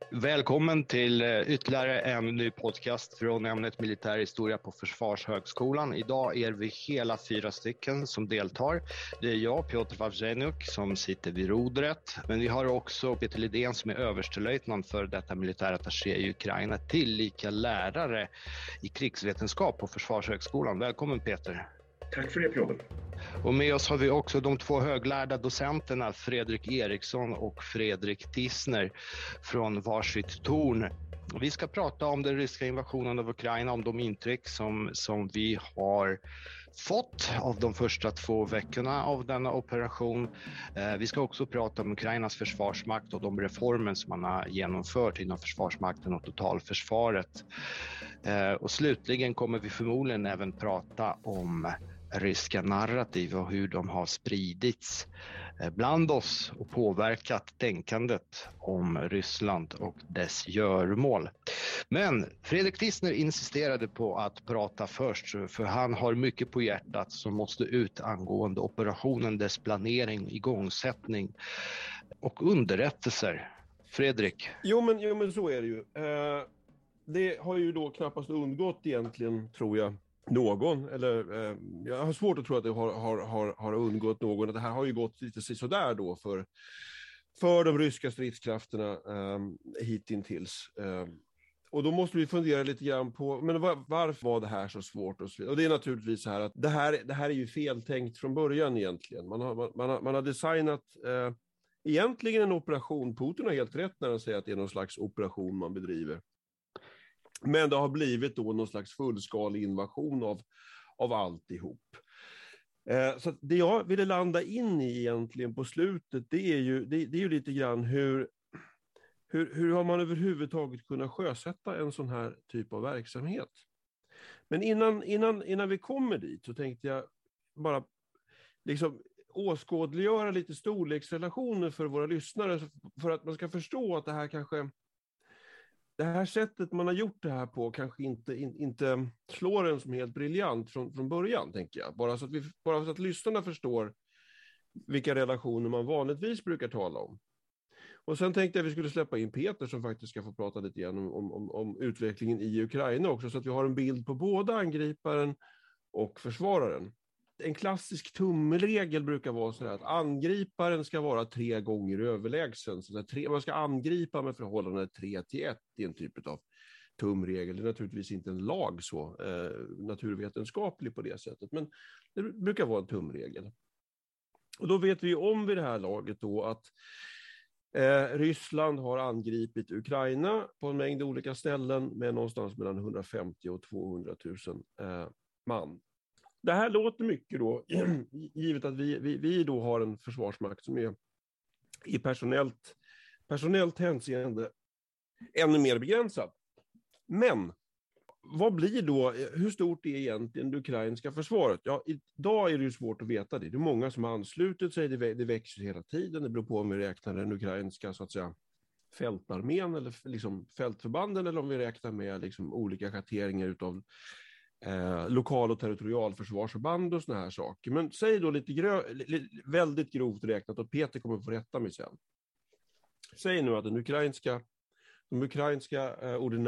Välkommen till ytterligare en ny podcast från ämnet militär historia på Försvarshögskolan. Idag är vi hela 4 stycken som deltar. Det är jag, Piotr Wawrzeniuk, som sitter vid rodret. Men vi har också Peter Lidén som är överstelöjtnant för detta militärattaché i Ukraina, tillika lärare i krigsvetenskap på Försvarshögskolan. Välkommen Peter. Tack för det, Piotr. Och med oss har vi också de 2 höglärda docenterna Fredrik Eriksson och Fredrik Tissner från varsitt torn. Vi ska prata om den ryska invasionen av Ukraina, om de intryck som vi har fått av de första 2 veckorna av denna operation. Vi ska också prata om Ukrainas försvarsmakt och de reformer som man har genomfört inom försvarsmakten och totalförsvaret. Och slutligen kommer vi förmodligen även prata om ryska narrativ och hur de har spridits bland oss och påverkat tänkandet om Ryssland och dess görmål. Men Fredrik Tissner insisterade på att prata först, för han har mycket på hjärtat som måste ut angående operationen, dess planering, igångsättning och underrättelser. Fredrik? Jo men så är det ju. Det har ju då knappast undgått egentligen, tror jag, någon, eller jag har svårt att tro att det har undgått någon, att det här har ju gått lite sådär då för de ryska stridskrafterna hitintills. Och då måste vi fundera lite grann på, men varför var det här så svårt? Och det är naturligtvis så här att det här är ju feltänkt från början egentligen. Man har designat egentligen en operation. Putin har helt rätt när han säger att det är någon slags operation man bedriver. Men det har blivit då någon slags fullskalig invasion av alltihop. Så det jag ville landa in i egentligen på slutet, det är ju lite grann hur har man överhuvudtaget kunnat sjösätta en sån här typ av verksamhet. Men innan vi kommer dit så tänkte jag bara liksom åskådliggöra lite storleksrelationer för våra lyssnare, för att man ska förstå att det här sättet man har gjort det här på kanske inte slår en som helt briljant från början, tänker jag. Bara så att lyssnarna förstår vilka relationer man vanligtvis brukar tala om. Och sen tänkte jag att vi skulle släppa in Peter som faktiskt ska få prata lite grann om utvecklingen i Ukraina också, så att vi har en bild på både angriparen och försvararen. En klassisk tumregel brukar vara så här att angriparen ska vara 3 gånger överlägsen. Så man ska angripa med förhållande 3-1. Det är en typ av tumregel. Det är naturligtvis inte en lag så naturvetenskaplig på det sättet. Men det brukar vara en tumregel. Och då vet vi om vid det här laget då att Ryssland har angripit Ukraina på en mängd olika ställen med någonstans mellan 150 och 200 000 man. Det här låter mycket då, givet att vi då har en försvarsmakt som är i personellt hänseende ännu mer begränsad. Men vad blir då, hur stort är egentligen det ukrainska försvaret? Ja, idag är det ju svårt att veta det. Det är många som har anslutit sig, det växer hela tiden. Det beror på om vi räknar den ukrainska så att säga fältarmén eller liksom fältförbanden, eller om vi räknar med liksom olika schatteringar utav lokal- och territorialförsvarsförband och såna här saker. Men säg då väldigt grovt räknat, och Peter kommer få rätta mig sen. Säg nu att de ukrainska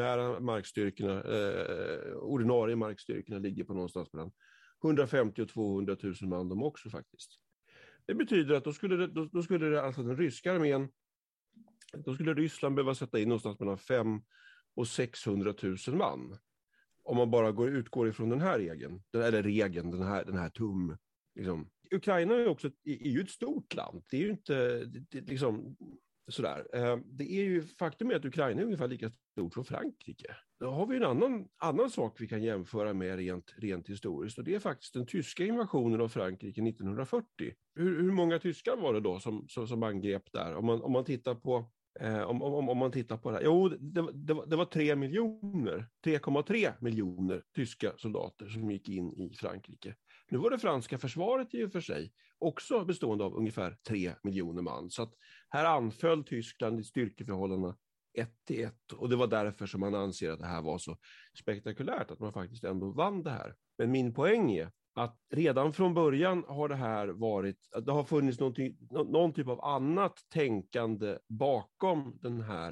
ordinarie markstyrkorna ligger på någonstans mellan 150 och 200 000 man de också faktiskt. Det betyder att då skulle det alltså den ryska armén, då skulle Ryssland behöva sätta in någonstans mellan 500 och 600 000 man. Om man bara utgår ifrån den här regeln, den här tum. Liksom. Ukraina är ju ett stort land. Det är ju inte liksom sådär. Det är ju faktum är att Ukraina är ungefär lika stort som Frankrike. Då har vi en annan sak vi kan jämföra med rent historiskt, och det är faktiskt den tyska invasionen av Frankrike 1940. Hur många tyskar var det då som angrep där? Om man tittar på om man tittar på det här. Jo, det var 3,3 miljoner tyska soldater som gick in i Frankrike. Nu var det franska försvaret i och för sig också bestående av ungefär 3 miljoner man. Så att här anföll Tyskland i styrkeförhållandena 1-1. Och det var därför som man anser att det här var så spektakulärt, att man faktiskt ändå vann det här. Men min poäng är att redan från början har det här varit, att det har funnits någon typ av annat tänkande bakom den här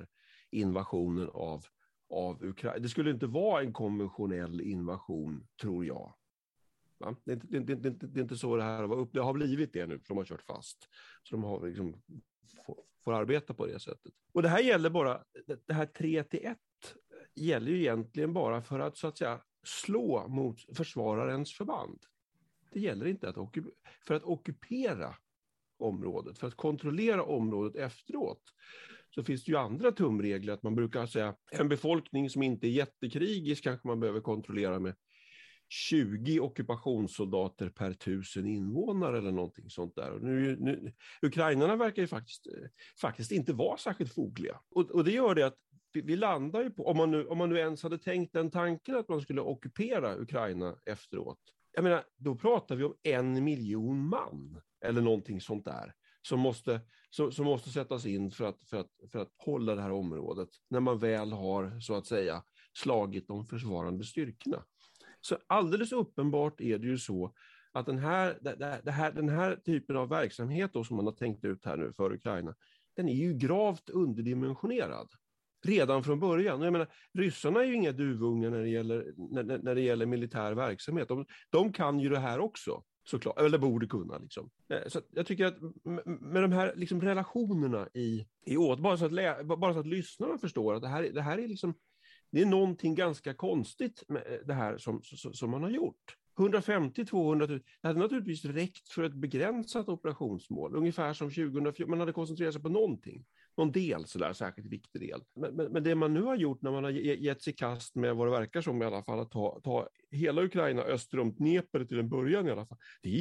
invasionen av Ukraina. Det skulle inte vara en konventionell invasion, tror jag. Va? Det är inte så det här var upp. Det har blivit det nu, för de har kört fast. Så de har liksom får arbeta på det sättet. Och det här gäller bara, det här 3-1 gäller ju egentligen bara för att så att säga slå mot försvararens förband. Det gäller inte för att ockupera området, för att kontrollera området efteråt. Så finns det ju andra tumregler, att man brukar säga en befolkning som inte är jättekrigisk kanske man behöver kontrollera med 20 ockupationssoldater per 1000 invånare eller någonting sånt där. Och nu, ukrainarna verkar ju faktiskt inte vara särskilt fogliga. Och det gör det att vi landar ju på, om man nu ens hade tänkt den tanken att man skulle ockupera Ukraina efteråt. Jag menar, då pratar vi om 1 miljon man eller någonting sånt där som måste sättas in för att hålla det här området när man väl har så att säga slagit de försvarande styrkorna. Så alldeles uppenbart är det ju så att den här typen av verksamhet då, som man har tänkt ut här nu för Ukraina, den är ju gravt underdimensionerad redan från början. Jag menar, ryssarna är ju inga duvungar när det gäller militär verksamhet. De kan ju det här också, såklart, eller borde kunna. Liksom. Så jag tycker att med de här liksom relationerna bara så att lyssnarna förstår att det här är liksom, det är någonting ganska konstigt med det här som man har gjort. 150-200 000, det hade naturligtvis räckt för ett begränsat operationsmål. Ungefär som 2014, man hade koncentrerat sig på någonting. Någon del, sådär, särskilt viktig del. Men det man nu har gjort när man har gett sig kast med vad det verkar som i alla fall, att ta hela Ukraina öster om Dnepr till en början i alla fall. Det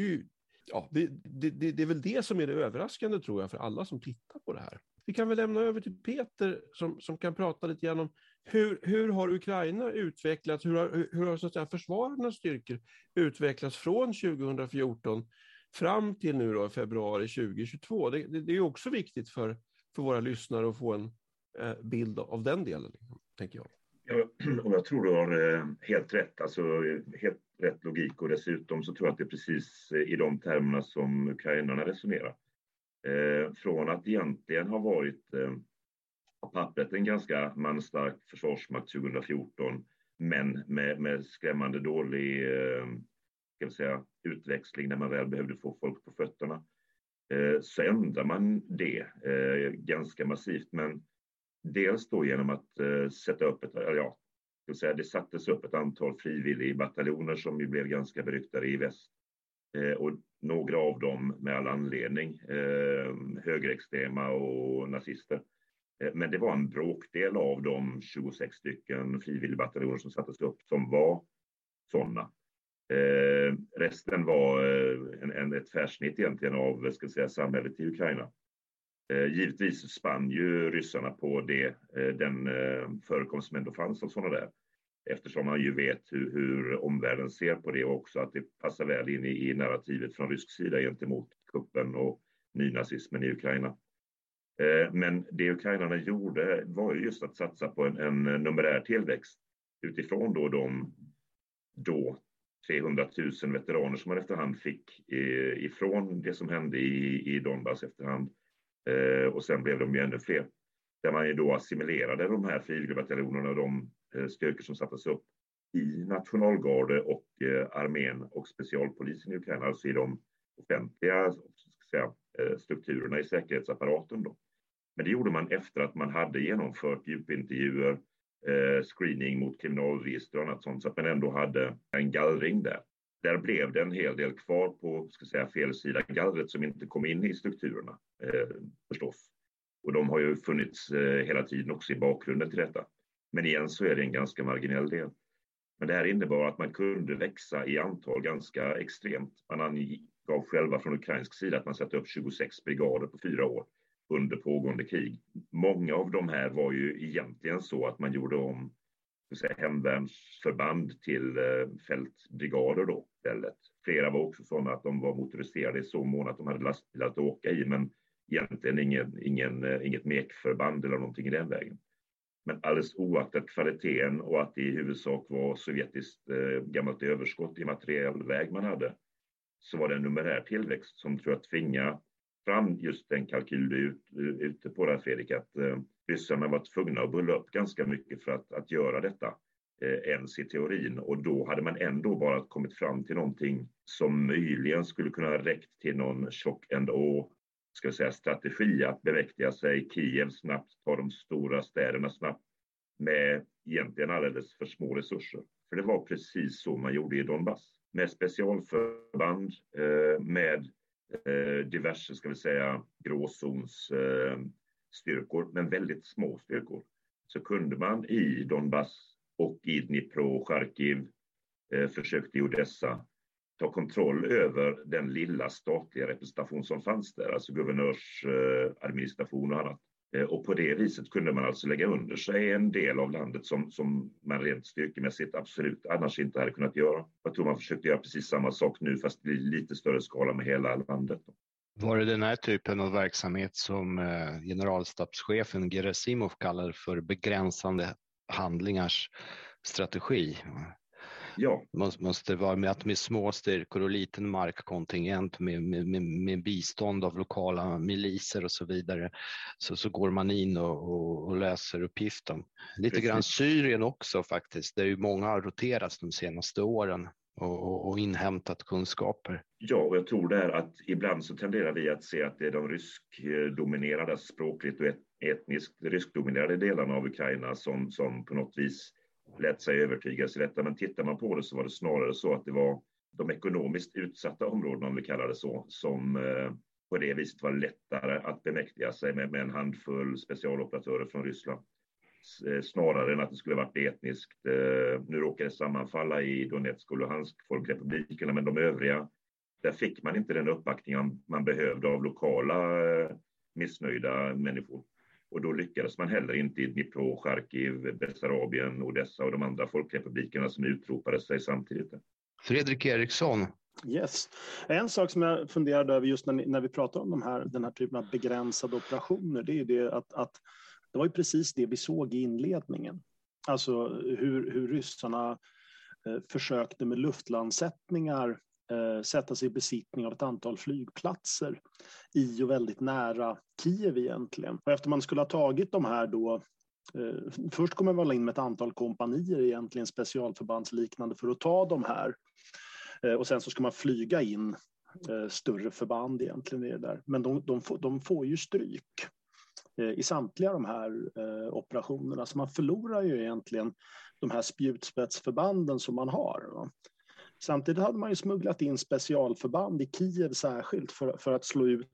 är väl det som är det överraskande, tror jag, för alla som tittar på det här. Vi kan väl lämna över till Peter som kan prata lite grann om hur har Ukraina utvecklats, hur har så att säga försvararnas styrkor utvecklats från 2014 fram till nu då februari 2022. Det är också viktigt för våra lyssnare att få en bild av den delen, tänker jag. Ja, och jag tror du har helt rätt, alltså helt rätt logik, och dessutom så tror jag att det är precis i de termerna som ukrainarna resonerar. Från att egentligen ha varit på pappret en ganska manstark försvarsmakt 2014, men med skrämmande dålig ska vi säga, utväxling när man väl behövde få folk på fötterna, så ändrar man det ganska massivt. Men dels då genom att sätta upp det sattes upp ett antal frivilligbataljoner som ju blev ganska beryktade i väst. Och några av dem med all anledning högerextrema och nazister. Men det var en bråkdel av de 26 stycken frivilligbataljoner som sattes upp som var sådana. Resten var ett tvärsnitt egentligen av samhället i Ukraina. Givetvis spann ju ryssarna på den förekomst som ändå fanns av sådana där. Eftersom man ju vet hur omvärlden ser på det, och också att det passar väl in i narrativet från rysk sida gentemot kuppen och nynazismen i Ukraina. Men det ukrainarna gjorde var ju just att satsa på en numerär tillväxt utifrån då de 300 000 veteraner som man efterhand fick ifrån det som hände i Donbass efterhand. Och sen blev de ju ännu fler. Där man ju då assimilerade de här frivilligbataljonerna och de styrkor som sattes upp i nationalgarde och armén och specialpolisen i Ukraina, alltså i de offentliga strukturerna i säkerhetsapparaten då. Men det gjorde man efter att man hade genomfört djupintervjuer, screening mot kriminalregister och annat sånt, så att man ändå hade en gallring där. Där blev det en hel del kvar på fel sida gallret som inte kom in i strukturerna förstås. Och de har ju funnits hela tiden också i bakgrunden till detta. Men igen så är det en ganska marginell del. Men det här innebar att man kunde växa i antal ganska extremt. Man angav själva från ukrainsk sida att man satte upp 26 brigader på 4 år under pågående krig. Många av de här var ju egentligen så att man gjorde om hemvärnsförband till fältbrigader då. Flera var också sådana att de var motoriserade i så mån att de hade lastbilar att åka i, men egentligen inget mekförband eller någonting i den vägen. Men alldeles oaktat kvaliteten och att det i huvudsak var sovjetiskt gammalt överskott i materiell väg man hade, så var det en numerär tillväxt som tror jag tvingade fram just den kalkyl du är ute på där, Fredrik, att ryssarna var tvungna att bulla upp ganska mycket för att göra detta ens i teorin. Och då hade man ändå bara kommit fram till någonting som möjligen skulle kunna ha räckt till någon chock ändå, ska jag säga, strategi att bemäktiga sig Kiev snabbt, ta de stora städerna snabbt med egentligen alldeles för små resurser. För det var precis så man gjorde i Donbass. Med specialförband, med diverse, ska vi säga, gråzonsstyrkor, men väldigt små styrkor. Så kunde man i Donbass och i Dnipro, Charkiv, försökte i Odessa ta kontroll över den lilla statliga representation som fanns där, alltså guvernörsadministration och annat. Och på det viset kunde man alltså lägga under sig en del av landet som man rent styrkemässigt absolut annars inte hade kunnat göra. Jag tror man försökte göra precis samma sak nu, fast i lite större skala med hela landet. Var det den här typen av verksamhet som generalstabschefen Gerasimov kallade för begränsande handlingars strategi? Ja. Måste vara med små styrkor och liten markkontingent med bistånd av lokala miliser och så vidare, så går man in och löser uppgiften. Lite grann Syrien också faktiskt, där ju många har roterats de senaste åren och inhämtat kunskaper. Ja, och jag tror där att ibland så tenderar vi att se att det är de ryskdominerade, språkligt och etniskt ryskdominerade delarna av Ukraina som på något vis lät sig övertygas i detta. Men tittar man på det så var det snarare så att det var de ekonomiskt utsatta områdena, om vi kallar det så, som på det viset var lättare att bemäktiga sig med en handfull specialoperatörer från Ryssland. Snarare än att det skulle varit etniskt. Nu råkar det sammanfalla i Donetsk och Luhansk folkrepublikerna, men de övriga, där fick man inte den uppbackning man behövde av lokala missnöjda människor. Och då lyckades man heller inte i Dnipro, Charkiv, Bessarabien, Odessa och de andra folkrepublikerna som utropade sig samtidigt. Fredrik Eriksson. Yes. En sak som jag funderade över just när vi pratar om den här typen av begränsade operationer, det är ju det att det var ju precis det vi såg i inledningen. Alltså hur ryssarna försökte med luftlandsättningar sätta sig i besittning av ett antal flygplatser i och väldigt nära Kiev egentligen. Och efter man skulle ha tagit de här då, först kommer man väl in med ett antal kompanier egentligen specialförbandsliknande för att ta de här. Och sen så ska man flyga in större förband egentligen i det där. Men de får ju stryk i samtliga de här operationerna. Så man förlorar ju egentligen de här spjutspetsförbanden som man har. Va? Samtidigt hade man ju smugglat in specialförband i Kiev särskilt för att slå ut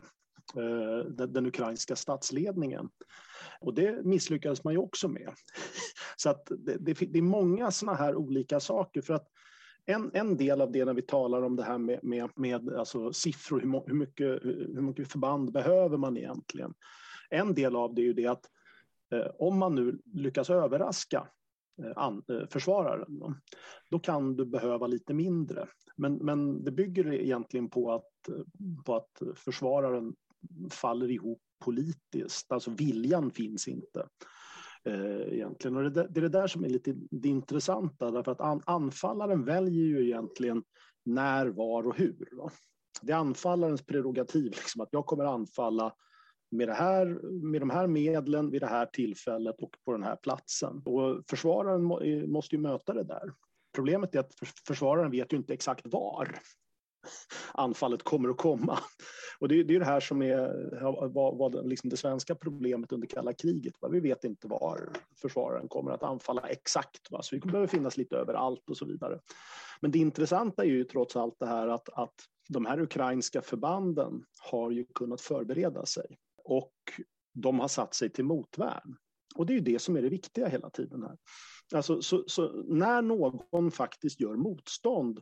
den ukrainska statsledningen. Och det misslyckades man ju också med. Så att det är många såna här olika saker. För att en del av det när vi talar om det här med alltså siffror, hur mycket förband behöver man egentligen. En del av det är ju det att om man nu lyckas överraska försvararen, då kan du behöva lite mindre. Men det bygger egentligen på att försvararen faller ihop politiskt. Alltså viljan finns inte egentligen. Och det är det där som är lite det intressanta, därför att anfallaren väljer ju egentligen när, var och hur. Va? Det är anfallarens prerogativ, liksom, att jag kommer anfalla med de här medlen vid det här tillfället och på den här platsen. Och försvararen måste ju möta det där. Problemet är att försvararen vet ju inte exakt var anfallet kommer att komma. Och det är det här som var liksom det svenska problemet under kalla kriget. Vi vet inte var försvararen kommer att anfalla exakt. Va? Så vi behöver finnas lite överallt och så vidare. Men det intressanta är ju trots allt det här att de här ukrainska förbanden har ju kunnat förbereda sig. Och de har satt sig till motvärn. Och det är ju det som är det viktiga hela tiden här. Alltså, så när någon faktiskt gör motstånd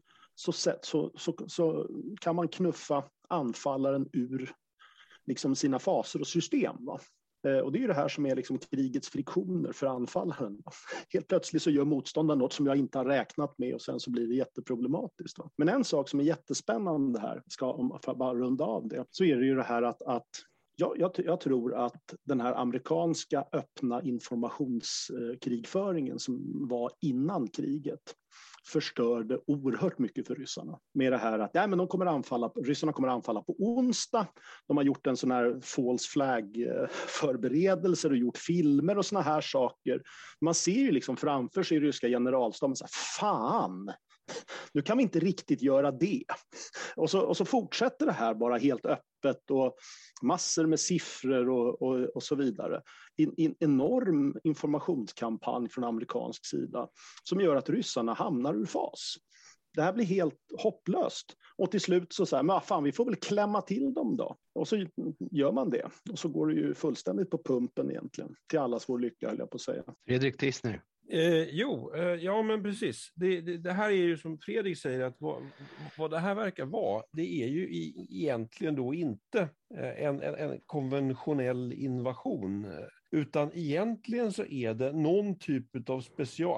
så kan man knuffa anfallaren ur liksom sina faser och system. Va? Och det är ju det här som är liksom krigets friktioner för anfallaren. Helt plötsligt så gör motståndaren något som jag inte har räknat med och sen så blir det jätteproblematiskt. Va? Men en sak som är jättespännande här, för att bara runda av det, så är det ju det här att jag tror att den här amerikanska öppna informationskrigföringen som var innan kriget förstörde oerhört mycket för ryssarna. Med det här att men ryssarna kommer anfalla på onsdag. De har gjort en sån här false flag-förberedelser och gjort filmer och såna här saker. Man ser ju liksom framför sig i ryska generalstaben så här, fan, nu kan vi inte riktigt göra det. Och så fortsätter det här bara helt öppet och massor med siffror och så vidare. En enorm informationskampanj från amerikansk sida som gör att ryssarna hamnar ur fas. Det här blir helt hopplöst. Och till slut så säger man, fan, vi får väl klämma till dem då. Och så gör man det. Och så går det ju fullständigt på pumpen egentligen. Till allas vår lycka, höll jag på att säga. Fredrik Tissner. Ja men precis. Det här är ju som Fredrik säger, att vad det här verkar vara, det är ju egentligen då inte en konventionell invasion, utan egentligen så är det någon typ av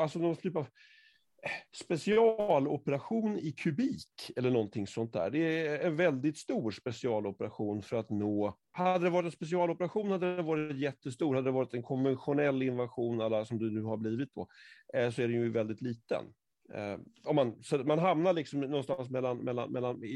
specialoperation i kubik eller någonting sånt där. Det är en väldigt stor specialoperation för att nå. Hade det varit en specialoperation hade det varit jättestor. Hade det varit en konventionell invasion alla som du nu har blivit då, så är den ju väldigt liten. Så man hamnar liksom någonstans mellan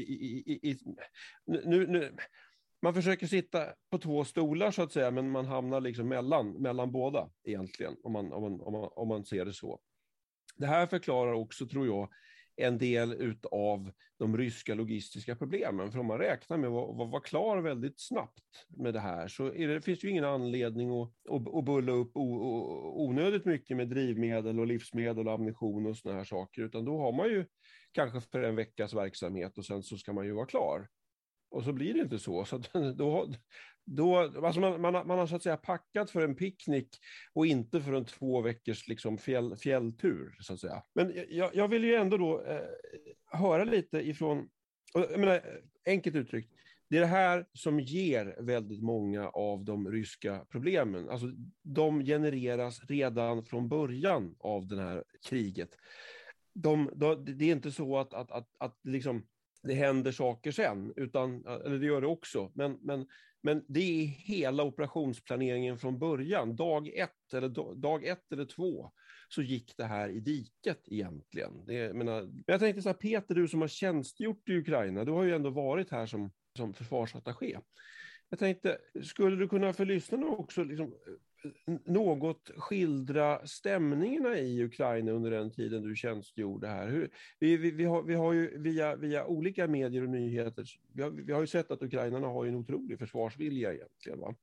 man försöker sitta på två stolar så att säga, men man hamnar liksom mellan båda egentligen, om man ser det så. Det här förklarar också, tror jag, en del utav de ryska logistiska problemen. För om man räknar med att vara klar väldigt snabbt med det här, så finns ju ingen anledning att bulla upp onödigt mycket med drivmedel och livsmedel och ammunition och såna här saker. Utan då har man ju kanske för en veckas verksamhet och sen så ska man ju vara klar. Och så blir det inte så. Så alltså man har så att säga packat för en picknick och inte för en 2 veckors liksom fjälltur så att säga. Men jag vill ju ändå då höra lite ifrån, jag menar, enkelt uttryckt, det är det här som ger väldigt många av de ryska problemen. Alltså de genereras redan från början av det här kriget. Det är inte så att liksom det händer saker sen, eller det gör det också, men det är hela operationsplaneringen från början. Dag ett eller 2 så gick det här i diket egentligen. Men jag tänkte så här, Peter, du som har tjänstgjort i Ukraina, du har ju ändå varit här som försvarsattaché. Jag tänkte, skulle du kunna för lyssnarna också liksom något skildra stämningarna i Ukraina under den tiden du tjänstgjorde här? Vi har ju via olika medier och nyheter, vi har ju sett att ukrainarna har en otrolig försvarsvilja egentligen, va?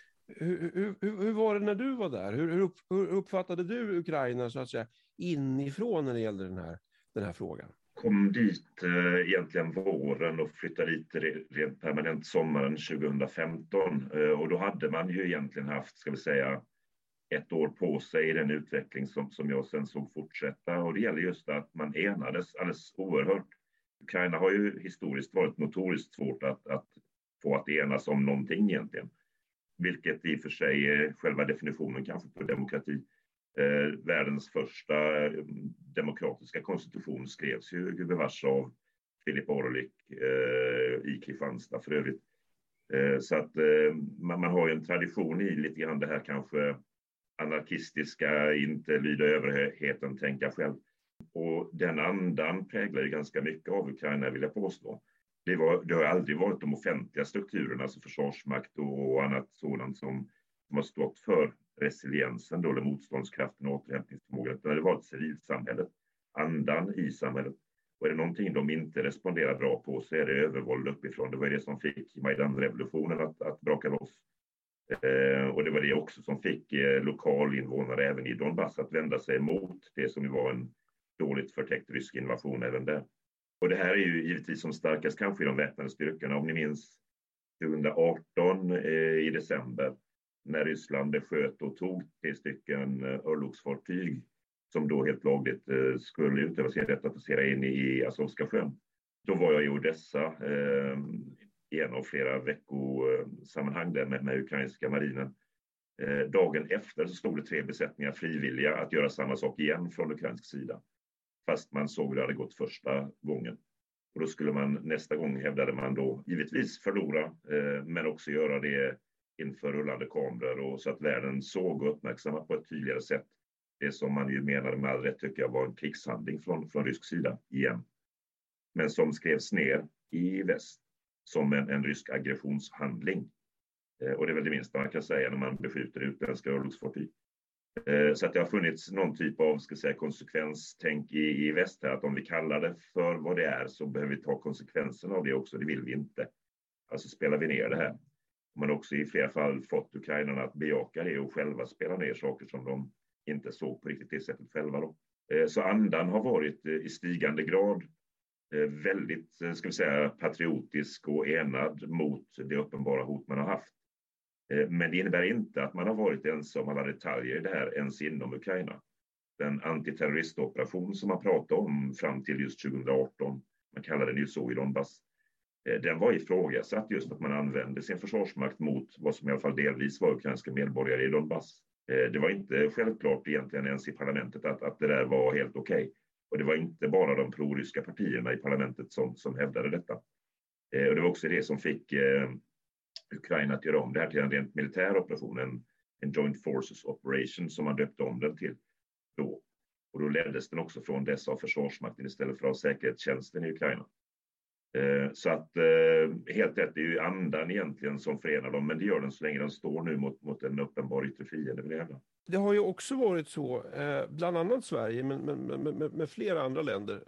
Hur var det när du var där? Hur uppfattade du Ukraina så att säga inifrån när det gällde den här frågan? Kom dit egentligen våren och flyttade dit rent permanent sommaren 2015. Och då hade man ju egentligen haft, ska vi säga, 1 år på sig i den utveckling som jag sen såg fortsätta. Och det gäller just att man enades alldeles oerhört. Ukraina har ju historiskt varit notoriskt svårt att få att enas om någonting egentligen. Vilket i och för sig är själva definitionen kanske på demokrati. Världens första demokratiska konstitution skrevs ju gubevars av Filip Orlik i Kristianstad för övrigt. Så att man har ju en tradition i lite grann det här kanske anarkistiska, inte lyda överheten, tänka själv. Och den andan präglar ju ganska mycket av Ukraina, vill jag påstå. Det har aldrig varit de offentliga strukturerna, alltså försvarsmakt och annat sådant som har stått för resiliensen, då, eller motståndskraften och återhämtningsförmågan. Det har varit civilsamhället, andan i samhället. Och är det någonting de inte responderar bra på så är det övervåld uppifrån. Det var det som fick Majdan-revolutionen att braka loss. Och det var det också som fick lokalinvånare även i Donbass att vända sig mot det som var en dåligt förtäckt rysk invasion även där. Och det här är ju givetvis som starkast kanske i de väpnade styrkorna. Om ni minns 2018 i december när Ryssland sköt och tog 3 stycken örlogsfartyg som då helt lagligt skulle utöva sin rätt att passera in i Azovska sjön. Då var jag i Odessa i en av flera veckosammanhang där med ukrainska marinen. Dagen efter så stod det 3 besättningar frivilliga att göra samma sak igen från ukrainsk sida. Fast man såg hur det hade gått första gången. Och då skulle man nästa gång, hävdade man då, givetvis förlora, men också göra det inför rullande kameror och så att världen såg och uppmärksamma på ett tydligare sätt Det som man ju menade med all rätt tycker jag var en krigshandling från rysk sida igen. Men som skrevs ner i väst som en rysk aggressionshandling. Och det är väl det minsta man kan säga när man beskjuter utländska örlogsfartyg. Så att det har funnits någon typ av konsekvenstänk i väst här, att om vi kallar det för vad det är så behöver vi ta konsekvenserna av det också, det vill vi inte. Alltså spelar vi ner det här. Man har också i flera fall fått ukrainarna att bejaka det och själva spela ner saker som de inte såg på riktigt det sättet själva då. Så andan har varit i stigande grad väldigt, ska vi säga, patriotisk och enad mot det uppenbara hot man har haft. Men det innebär inte att man har varit ens om alla detaljer i det här ens inom Ukraina. Den antiterroristoperation som man pratade om fram till just 2018, man kallar den ju så i Donbass, den var ifrågasatt just att man använde sin försvarsmakt mot vad som i alla fall delvis var ukrainska medborgare i Donbass. Det var inte självklart egentligen ens i parlamentet att det där var helt okej. Och det var inte bara de proryska partierna i parlamentet som hävdade detta. Och det var också det som fick Ukraina att göra om det här till en rent militär operation, en Joint Forces Operation som man döpte om den till då. Och då leddes den också från dessa av försvarsmakten istället för av säkerhetstjänsten i Ukraina. Så att helt rätt, det är ju andan egentligen som förenar dem, men det gör den så länge den står nu mot en uppenbar yttre fiende, vill jag hävda. Det har ju också varit så, bland annat Sverige, men med flera andra länder,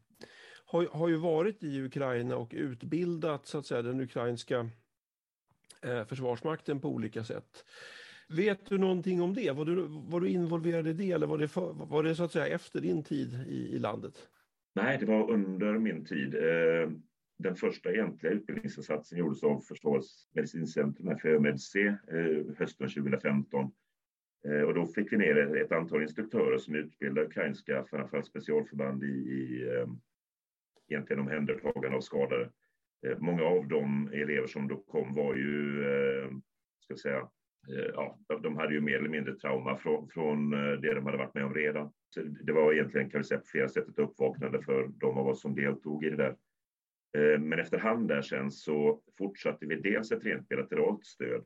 har ju varit i Ukraina och utbildat så att säga den ukrainska försvarsmakten på olika sätt. Vet du någonting om det? Var du involverad i det eller var det så att säga efter din tid i landet? Nej, det var under min tid. Den första egentliga utbildningsinsatsen gjordes av Försvarets medicincentrum, FÖMEDC, hösten 2015. Och då fick vi ner ett antal instruktörer som utbildade ukrainska framförallt specialförband i egentligen omhändertagande av skadade. Många av de elever som då kom var ju, ska jag säga, de hade ju mer eller mindre trauma från det de hade varit med om redan. Så det var egentligen, kan vi säga, på flera sätt ett uppvaknande för de av oss som deltog i det där. Men efterhand där sen så fortsatte vi dels ett rent bilateralt stöd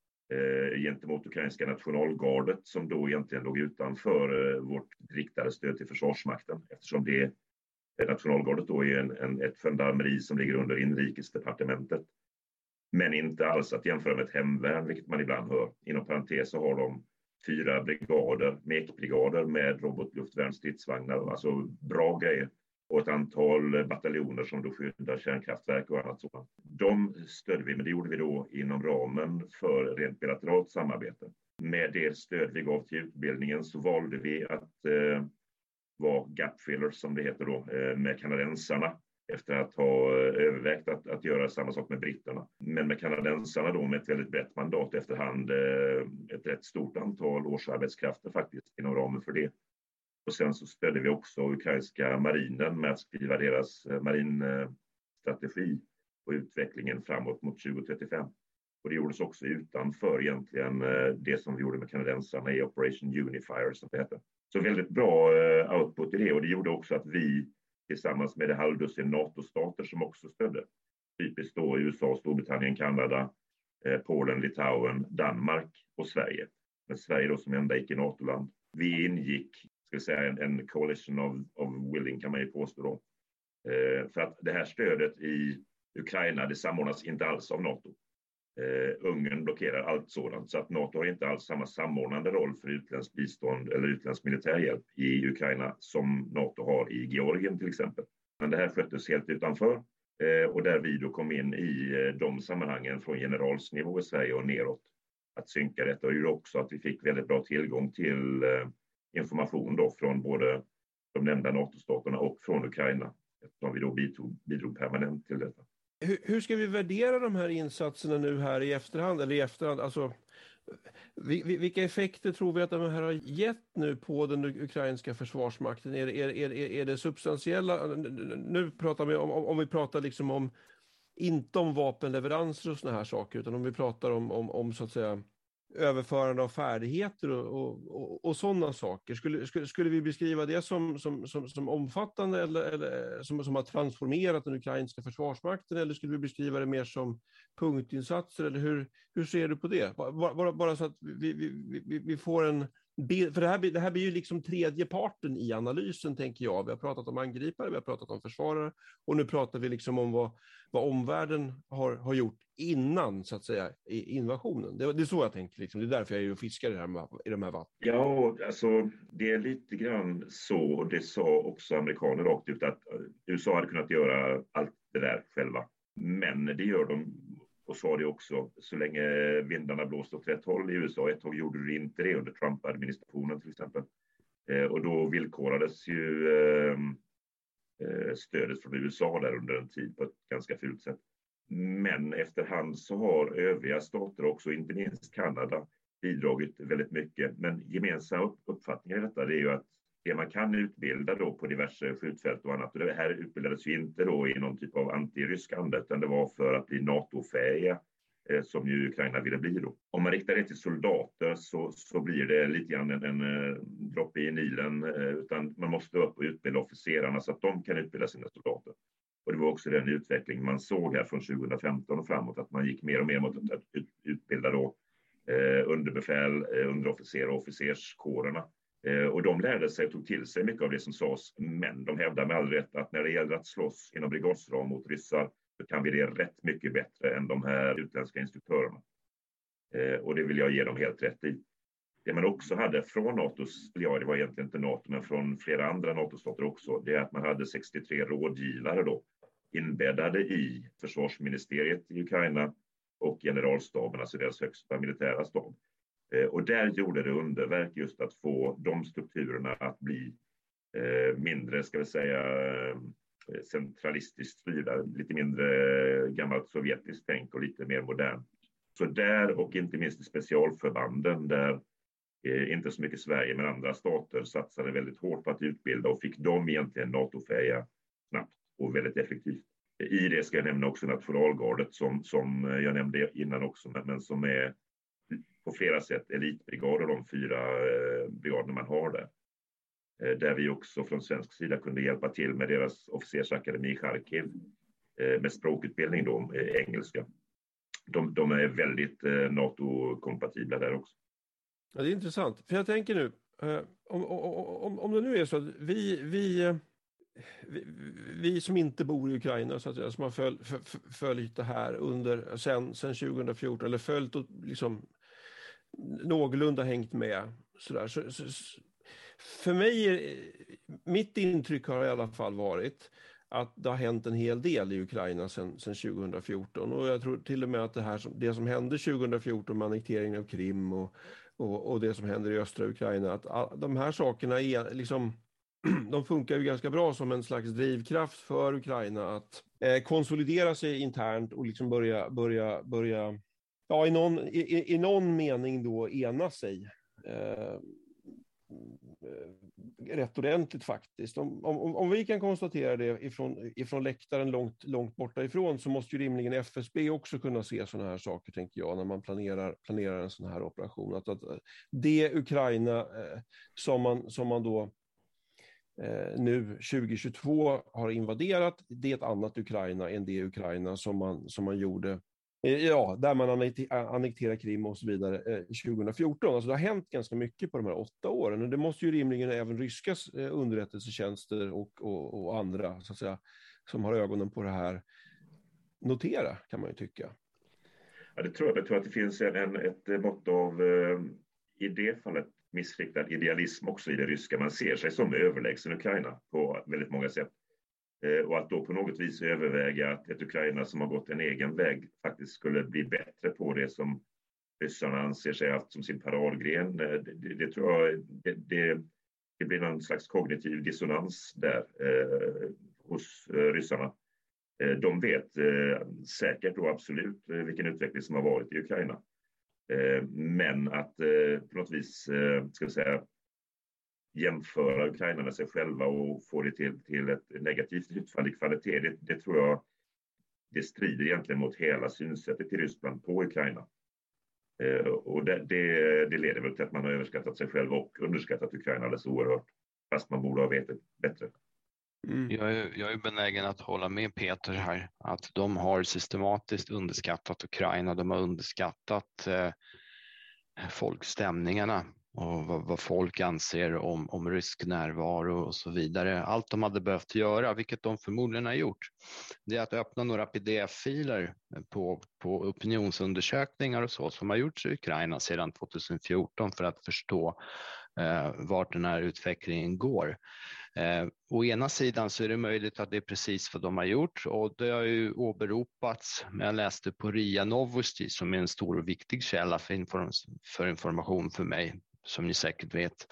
gentemot ukrainska nationalgardet som då egentligen låg utanför vårt riktade stöd till försvarsmakten, eftersom det nationalgardet då är ett gendarmeri som ligger under inrikesdepartementet. Men inte alls att jämföra med ett hemvärn, vilket man ibland hör. Inom parentes så har de 4 brigader, mekbrigader med robotluftvärnsstridsvagnar, alltså bra grejer. Och ett antal bataljoner som då skyddar kärnkraftverk och annat sådant. De stödde vi, men det gjorde vi då inom ramen för rent bilateralt samarbete. Med det stöd vi gav till utbildningen så valde vi att vara gapfillers, som det heter då, med kanadensarna. Efter att ha övervägt att göra samma sak med britterna. Men med kanadensarna då med ett väldigt brett mandat efterhand, ett rätt stort antal årsarbetskrafter faktiskt inom ramen för det. Och sen så stödde vi också ukrainska marinen med att skriva deras marinstrategi och utvecklingen framåt mot 2035. Och det gjordes också utanför egentligen det som vi gjorde med kanadensarna i Operation Unifier som det heter. Så väldigt bra output i det, och det gjorde också att vi tillsammans med det halvdussin NATO-stater som också stödde, typiskt då USA, Storbritannien, Kanada, Polen, Litauen, Danmark och Sverige. Men Sverige då som enda icke-NATO-land. Vi ingick, ska jag säga, en coalition of willing kan man ju påstå då. För att det här stödet i Ukraina, det samordnas inte alls av NATO. Ungern blockerar allt sådant, så att NATO har inte alls samma samordnande roll för utländsk bistånd eller utländsk militärhjälp i Ukraina som NATO har i Georgien till exempel. Men det här sköttes helt utanför, och där vi då kom in i de sammanhangen från generalsnivå i Sverige och neråt att synka detta, och gjorde också att vi fick väldigt bra tillgång till information då från både de nämnda NATO-staterna och från Ukraina, eftersom vi då bidrog permanent till detta. Hur ska vi värdera de här insatserna nu här i efterhand? Alltså, vilka effekter tror vi att de här har gett nu på den ukrainska försvarsmakten? Är det substantiella? Nu pratar vi om vi pratar liksom om, inte om vapenleveranser och såna här saker, utan om vi pratar om så att säga överförande av färdigheter och sådana saker. Skulle vi beskriva det som omfattande eller som har transformerat den ukrainska försvarsmakten, eller skulle vi beskriva det mer som punktinsatser, eller hur ser du på det? Bara så att vi får för det här blir ju liksom tredje parten i analysen, tänker jag. Vi har pratat om angripare, vi har pratat om försvarare, och nu pratar vi liksom om vad omvärlden har gjort innan, så att säga, invasionen. Det är så jag tänker, liksom. Det är därför jag är och fiskar i de här vattnen. Ja, alltså det är lite grann så, och det sa också amerikaner rakt ut, att USA hade kunnat göra allt det där själva. Men det gör de, och sa det också, så länge vindarna blåste åt rätt håll i USA. Ett tag gjorde det inte det under Trump-administrationen till exempel. Och då villkorades ju stödet från USA där under en tid på ett ganska fult sätt. Men efterhand så har övriga stater också, inte minst Kanada, bidragit väldigt mycket. Men gemensamma uppfattningar i detta, det är ju att det man kan utbilda då på diverse skjutfält och annat, och det här utbildades ju inte då i någon typ av antirysk anda, utan det var för att bli NATO-fähiga, som ju Ukraina ville bli då. Om man riktar det till soldater så blir det lite grann en droppe i Nilen, utan man måste upp och utbilda officerarna så att de kan utbilda sina soldater. Och det var också den utveckling man såg här från 2015 och framåt, att man gick mer och mer mot att utbilda då underbefäl, underofficer och officerskårerna. Och de lärde sig och tog till sig mycket av det som sades, men de hävdar med all rätt att när det gäller att slåss inom brigadsram mot ryssar så kan vi det rätt mycket bättre än de här utländska instruktörerna. Och det vill jag ge dem helt rätt i. Det man också hade från NATOs, ja det var egentligen inte NATO, men från flera andra NATO-stater också, det är att man hade 63 rådgivare då, inbäddade i försvarsministeriet i Ukraina och generalstaben, alltså deras högsta militära stab. Och där gjorde det underverk just att få de strukturerna att bli mindre, ska vi säga, centralistiskt styrda, lite mindre gammalt sovjetiskt tänk och lite mer modernt. Så där, och inte minst i specialförbanden där inte så mycket Sverige men andra stater satsade väldigt hårt på att utbilda och fick dem egentligen NATO-fähiga snabbt och väldigt effektivt. I det ska jag nämna också nationalgardet som jag nämnde innan också, men som är på flera sätt elitbrigad och de 4 brigaderna man har där. Där vi också från svensk sida kunde hjälpa till med deras officersakademi i Charkiv med språkutbildning då, engelska. De är väldigt NATO-kompatibla där också. Ja, det är intressant, för jag tänker nu, om det nu är så att vi som inte bor i Ukraina, så att säga, som har följt det här sen 2014, eller följt och liksom någorlunda hängt med sådär, så för mig, mitt intryck har i alla fall varit att det har hänt en hel del i Ukraina sedan 2014, och jag tror till och med att det som hände 2014 med annekteringen av Krim och det som händer i östra Ukraina, att de här sakerna är liksom, de funkar ju ganska bra som en slags drivkraft för Ukraina att konsolidera sig internt och liksom börja ja, i någon mening då ena sig rätt ordentligt faktiskt. Om vi kan konstatera det ifrån läktaren långt borta ifrån, så måste ju rimligen FSB också kunna se sådana här saker, tänker jag, när man planerar en sån här operation. Att det Ukraina som man då nu 2022 har invaderat, det är ett annat Ukraina än det Ukraina som man gjorde, ja, där man annekterar Krim och så vidare 2014. Alltså det har hänt ganska mycket på de här 8 åren, och det måste ju rimligen även ryska underrättelsetjänster och andra, så att säga, som har ögonen på det här notera, kan man ju tycka. Ja, det tror jag. Jag tror att det finns ett mått av i det fallet missriktad idealism också i det ryska. Man ser sig som överlägsen Ukraina på väldigt många sätt. Och att då på något vis överväga att ett Ukraina som har gått en egen väg faktiskt skulle bli bättre på det som ryssarna anser sig haft som sin paradgren. Det tror jag, det blir någon slags kognitiv dissonans där hos ryssarna. De vet säkert och absolut vilken utveckling som har varit i Ukraina. Men att på något vis, ska jag säga, jämföra Ukraina med sig själva och få det till ett negativt utfall i kvalitet, det tror jag det strider egentligen mot hela synsättet i Ryssland på Ukraina. Och det leder väl till att man har överskattat sig själv och underskattat Ukraina alldeles oerhört, fast man borde ha vetat bättre. Mm. Jag är benägen att hålla med Peter här, att de har systematiskt underskattat Ukraina, de har underskattat folkstämningarna. och vad folk anser om rysk närvaro och så vidare. Allt de hade behövt göra, vilket de förmodligen har gjort, det är att öppna några pdf-filer på opinionsundersökningar och så som har gjorts i Ukraina sedan 2014 för att förstå vart den här utvecklingen går. Å ena sidan så är det möjligt att det är precis vad de har gjort, och det har ju åberopats. Jag läste på RIA Novosti, som är en stor och viktig källa för information för mig, som ni säkert vet,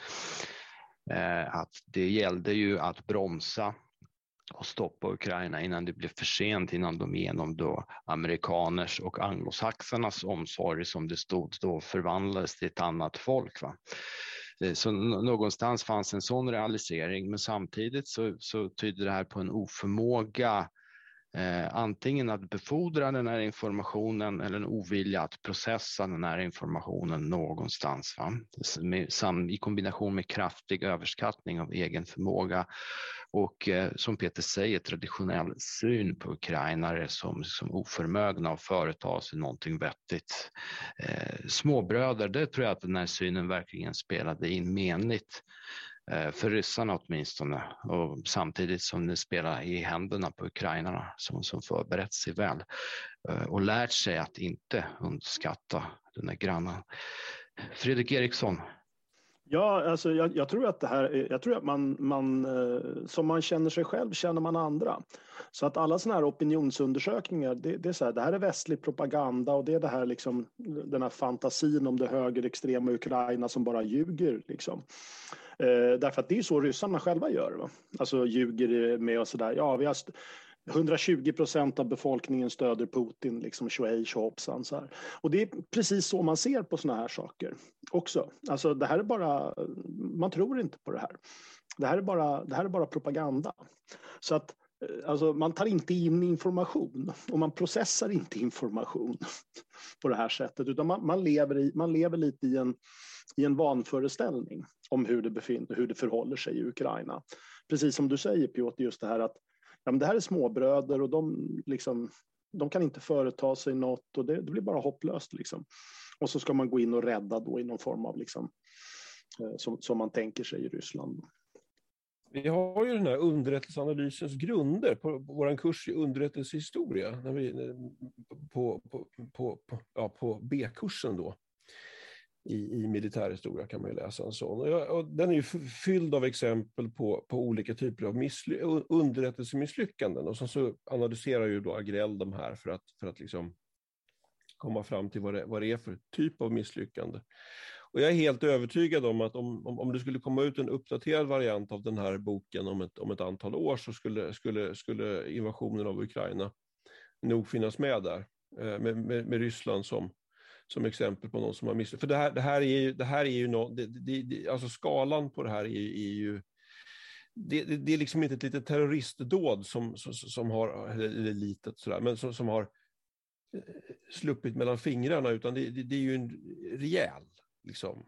att det gällde ju att bromsa och stoppa Ukraina innan det blev för sent, innan de genom då amerikaners och anglosaxarnas omsorg, som det stod då, förvandlades till ett annat folk, va? Så någonstans fanns en sån realisering, men samtidigt så tyder det här på en oförmåga antingen att befordra den här informationen eller en ovilja att processa den här informationen någonstans, va? I kombination med kraftig överskattning av egen förmåga och som Peter säger, traditionell syn på ukrainare som oförmögna att företa sig någonting vettigt. Småbröder, det tror jag att den här synen verkligen spelade in menligt för ryssarna åtminstone, och samtidigt som det spelar i händerna på ukrainarna som förberett sig väl och lärt sig att inte underskatta den här grannen. Fredrik Eriksson. Ja, alltså jag tror att det här, jag tror att man som man känner sig själv känner man andra. Så att alla såna här opinionsundersökningar, det är så här, det här är västlig propaganda, och det är det här liksom, den här fantasin om det högerextrema Ukraina som bara ljuger liksom. Därför att det är så ryssarna själva gör, va? Alltså ljuger med och sådär. Ja, vi har 120% av befolkningen stöder Putin, liksom hoppsan så här. Och det är precis så man ser på såna här saker också. Alltså det här är bara, man tror inte på det här. Det här är bara propaganda. Så att alltså, man tar inte in information och man processar inte information på det här sättet, utan man lever lite i en vanföreställning om hur det förhåller sig i Ukraina. Precis som du säger, Piotr, just det här att ja, men det här är småbröder och de kan inte företa sig något, och det blir bara hopplöst liksom. Och så ska man gå in och rädda då i någon form av liksom, som man tänker sig i Ryssland. Vi har ju den här underrättelseanalysens grunder på vår kurs i underrättelsehistoria när vi, på B-kursen då. I militärhistoria kan man ju läsa en sån. Och den är ju fylld av exempel på olika typer av underrättelsemisslyckanden. Och så analyserar ju då Agrell de här för att liksom komma fram till vad det är för typ av misslyckande. Och jag är helt övertygad om att om det skulle komma ut en uppdaterad variant av den här boken om ett antal år, så skulle invasionen av Ukraina nog finnas med där. Med Ryssland som exempel på någon som har misslyckats. För det här är ju alltså skalan på det här är ju det är liksom inte ett litet terroristdåd som har, eller litet sådär, men som har sluppit mellan fingrarna, utan det är ju en rejäl liksom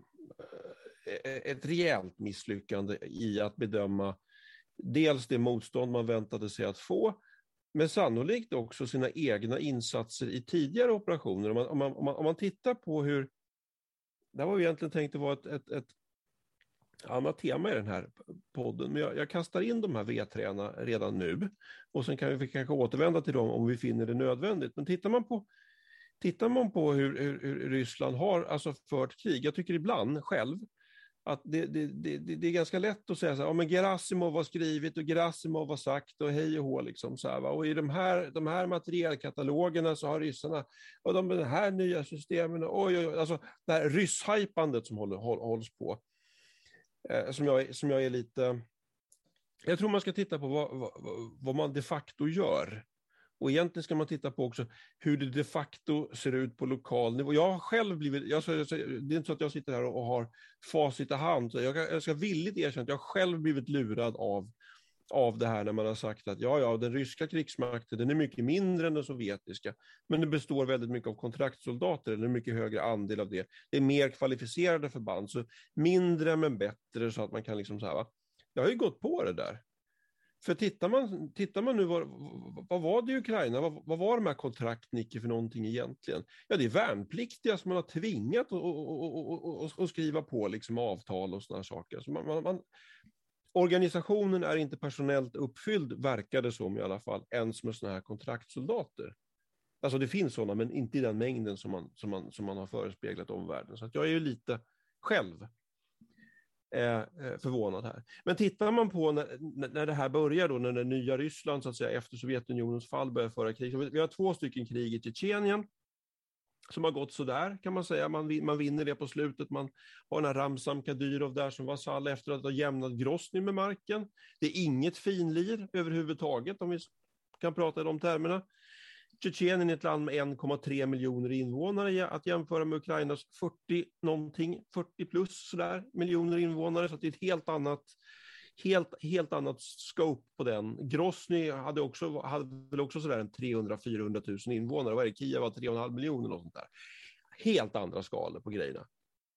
ett rejält misslyckande i att bedöma dels det motstånd man väntade sig att få, men sannolikt också sina egna insatser i tidigare operationer. Om man tittar på hur, det här var ju egentligen tänkt att vara ett annat tema i den här podden, men jag kastar in de här V3:arna redan nu, och sen kan vi kanske återvända till dem om vi finner det nödvändigt. Men tittar man på hur Ryssland har alltså fört krig, jag tycker ibland själv att det är ganska lätt att säga så här, ja, men Gerasimov har skrivit och Gerasimov har sagt och hej och hå liksom så här, va? Och i de här materialkatalogerna så har ryssarna och de här nya systemen, alltså det här rysshypandet som hålls på, som jag är lite, jag tror man ska titta på vad man de facto gör. Och egentligen ska man titta på också hur det de facto ser ut på lokal nivå. Jag har själv blivit, det är inte så att jag sitter här och har facit i hand. Jag ska villigt erkänna att jag själv blivit lurad av det här när man har sagt att den ryska krigsmakten, den är mycket mindre än den sovjetiska. Men det består väldigt mycket av kontraktsoldater, eller en mycket högre andel av det. Det är mer kvalificerade förband, så mindre men bättre, så att man kan liksom så här, va? Jag har ju gått på det där. För tittar man nu, vad var det i Ukraina? Vad var de här kontrakten icke för någonting egentligen? Ja, det är värnpliktiga som man har tvingat att skriva på liksom avtal och sådana saker. Så organisationen är inte personellt uppfylld, verkar det som i alla fall, ens med sådana här kontraktsoldater. Alltså det finns sådana, men inte i den mängden som man har förespeglat omvärlden. Så att jag är ju lite själv förvånad här. Men tittar man på när det här börjar då, när det nya Ryssland så att säga efter Sovjetunionens fall börjar föra krig. Så vi har 2 stycken krig i Tjetjenien som har gått så där kan man säga. Man vinner det på slutet. Man har den här Ramzan Kadyrov där som var Sall efter att ha jämnat Grozny med marken. Det är inget finlir överhuvudtaget om vi kan prata i de termerna. Tjetjenien är ett land med 1,3 miljoner invånare att jämföra med Ukrainas 40 plus sådär miljoner invånare, så att det är ett helt annat scope på den. Grozny hade väl också sådär en 300-400 000 invånare. Vad är det? Kiev var 3,5 miljoner och sånt där. Helt andra skalor på grejerna.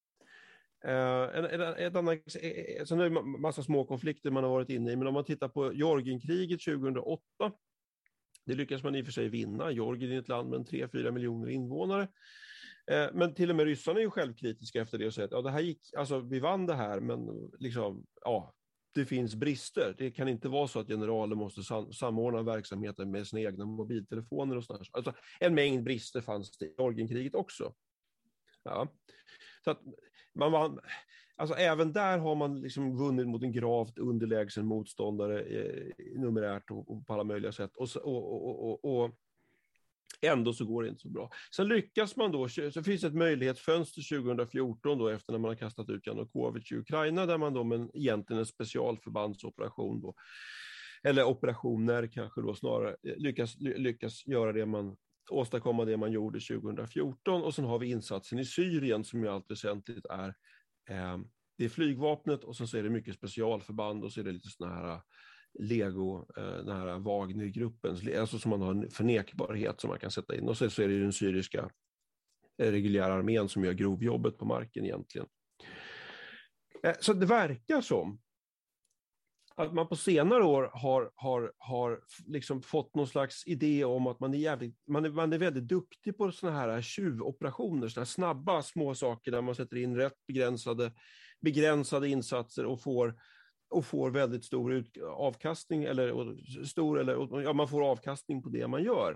Sen är det en massa små konflikter man har varit inne i, men om man tittar på Georgienkriget 2008, det lyckas man i och för sig vinna. Georgien är ett land med 3-4 miljoner invånare. Men till och med ryssarna är ju självkritiska efter det och säger att det här vi vann det här, men liksom, det finns brister. Det kan inte vara så att generaler måste samordna verksamheten med sina egna mobiltelefoner och sådär. Alltså, en mängd brister fanns det i Georgienkriget också. Ja. Så att alltså även där har man liksom vunnit mot en gravt underlägsen motståndare numerärt och på alla möjliga sätt. Och ändå så går det inte så bra. Sen lyckas man då, så finns ett möjlighetsfönster 2014 då efter när man har kastat ut Janukovyč i Ukraina, där man då med egentligen en specialförbandsoperation då, eller operationer kanske då snarare, lyckas göra det åstadkomma det man gjorde 2014. Och sen har vi insatsen i Syrien som ju allt väsentligt är det är flygvapnet, och sen så är det mycket specialförband, och så är det lite såna här Lego, den här Wagner-gruppen, alltså som man har en förnekbarhet som man kan sätta in, och så är det den syriska reguljära armén som gör grovjobbet på marken egentligen. Så det verkar som att man på senare år har liksom fått någon slags idé om att man är väldigt duktig på såna här tjuvoperationer, såna här snabba små saker där man sätter in rätt begränsade insatser och får väldigt stor avkastning man får avkastning på det man gör.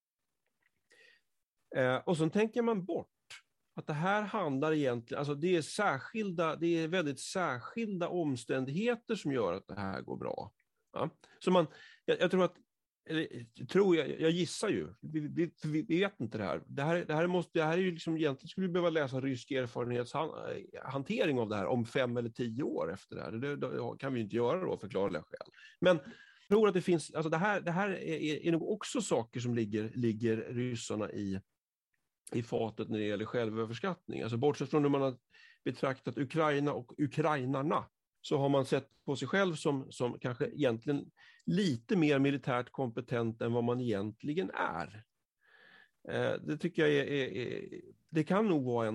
Och så tänker man bort att det här handlar egentligen, alltså det är väldigt särskilda omständigheter som gör att det här går bra. Ja? Så jag tror att, jag gissar ju, vi vet inte det här. Det här är ju liksom, egentligen skulle vi behöva läsa rysk erfarenhetshantering av det här om 5 eller 10 år efter det här. Det kan vi inte göra då, förklarliga skäl. Men jag tror att det finns, alltså det här är nog också saker som ligger ryssarna i fatet när det gäller självöverskattning. Alltså bortsett från hur man har betraktat Ukraina och ukrainarna, så har man sett på sig själv som kanske egentligen lite mer militärt kompetent än vad man egentligen är. Det tycker jag det kan nog vara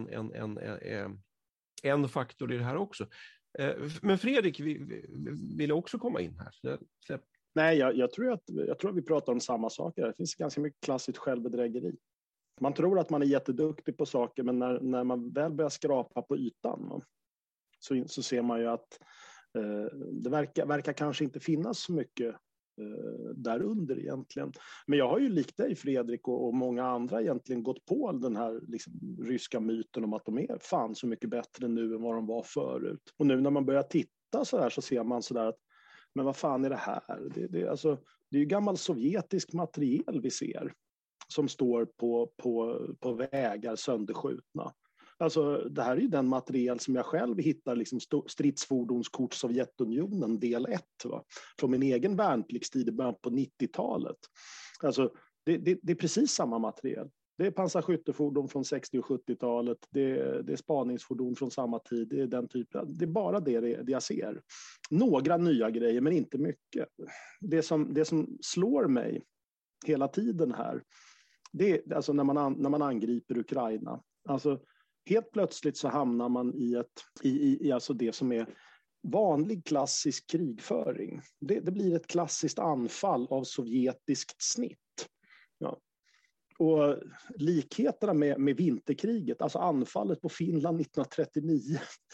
en faktor i det här också. Men Fredrik vill också komma in här. Nej, jag tror att vi pratar om samma saker. Det finns ganska mycket klassiskt självbedrägeri. Man tror att man är jätteduktig på saker, men när man väl börjar skrapa på ytan så ser man ju att det verkar kanske inte finnas så mycket där under egentligen. Men jag har ju likt dig, Fredrik, och många andra egentligen gått på den här liksom ryska myten om att de är fan så mycket bättre nu än vad de var förut. Och nu när man börjar titta så här så ser man så där att men vad fan är det här? Det är ju gammal sovjetisk materiel vi ser som står på vägar sönderskjutna. Alltså, det här är ju den materiel som jag själv hittar, liksom stridsfordonskort Sovjetunionen del 1, från min egen värnpliktstid i början på 90-talet. Alltså, det är precis samma materiel. Det är pansarskyttefordon från 60- och 70-talet, det är spaningsfordon från samma tid, det är den typen. Det är bara det jag ser. Några nya grejer, men inte mycket. Det som slår mig hela tiden här, det är alltså när man angriper Ukraina. Alltså helt plötsligt så hamnar man i alltså det som är vanlig klassisk krigföring. Det blir ett klassiskt anfall av sovjetiskt snitt. Ja. Och likheterna med vinterkriget, alltså anfallet på Finland 1939.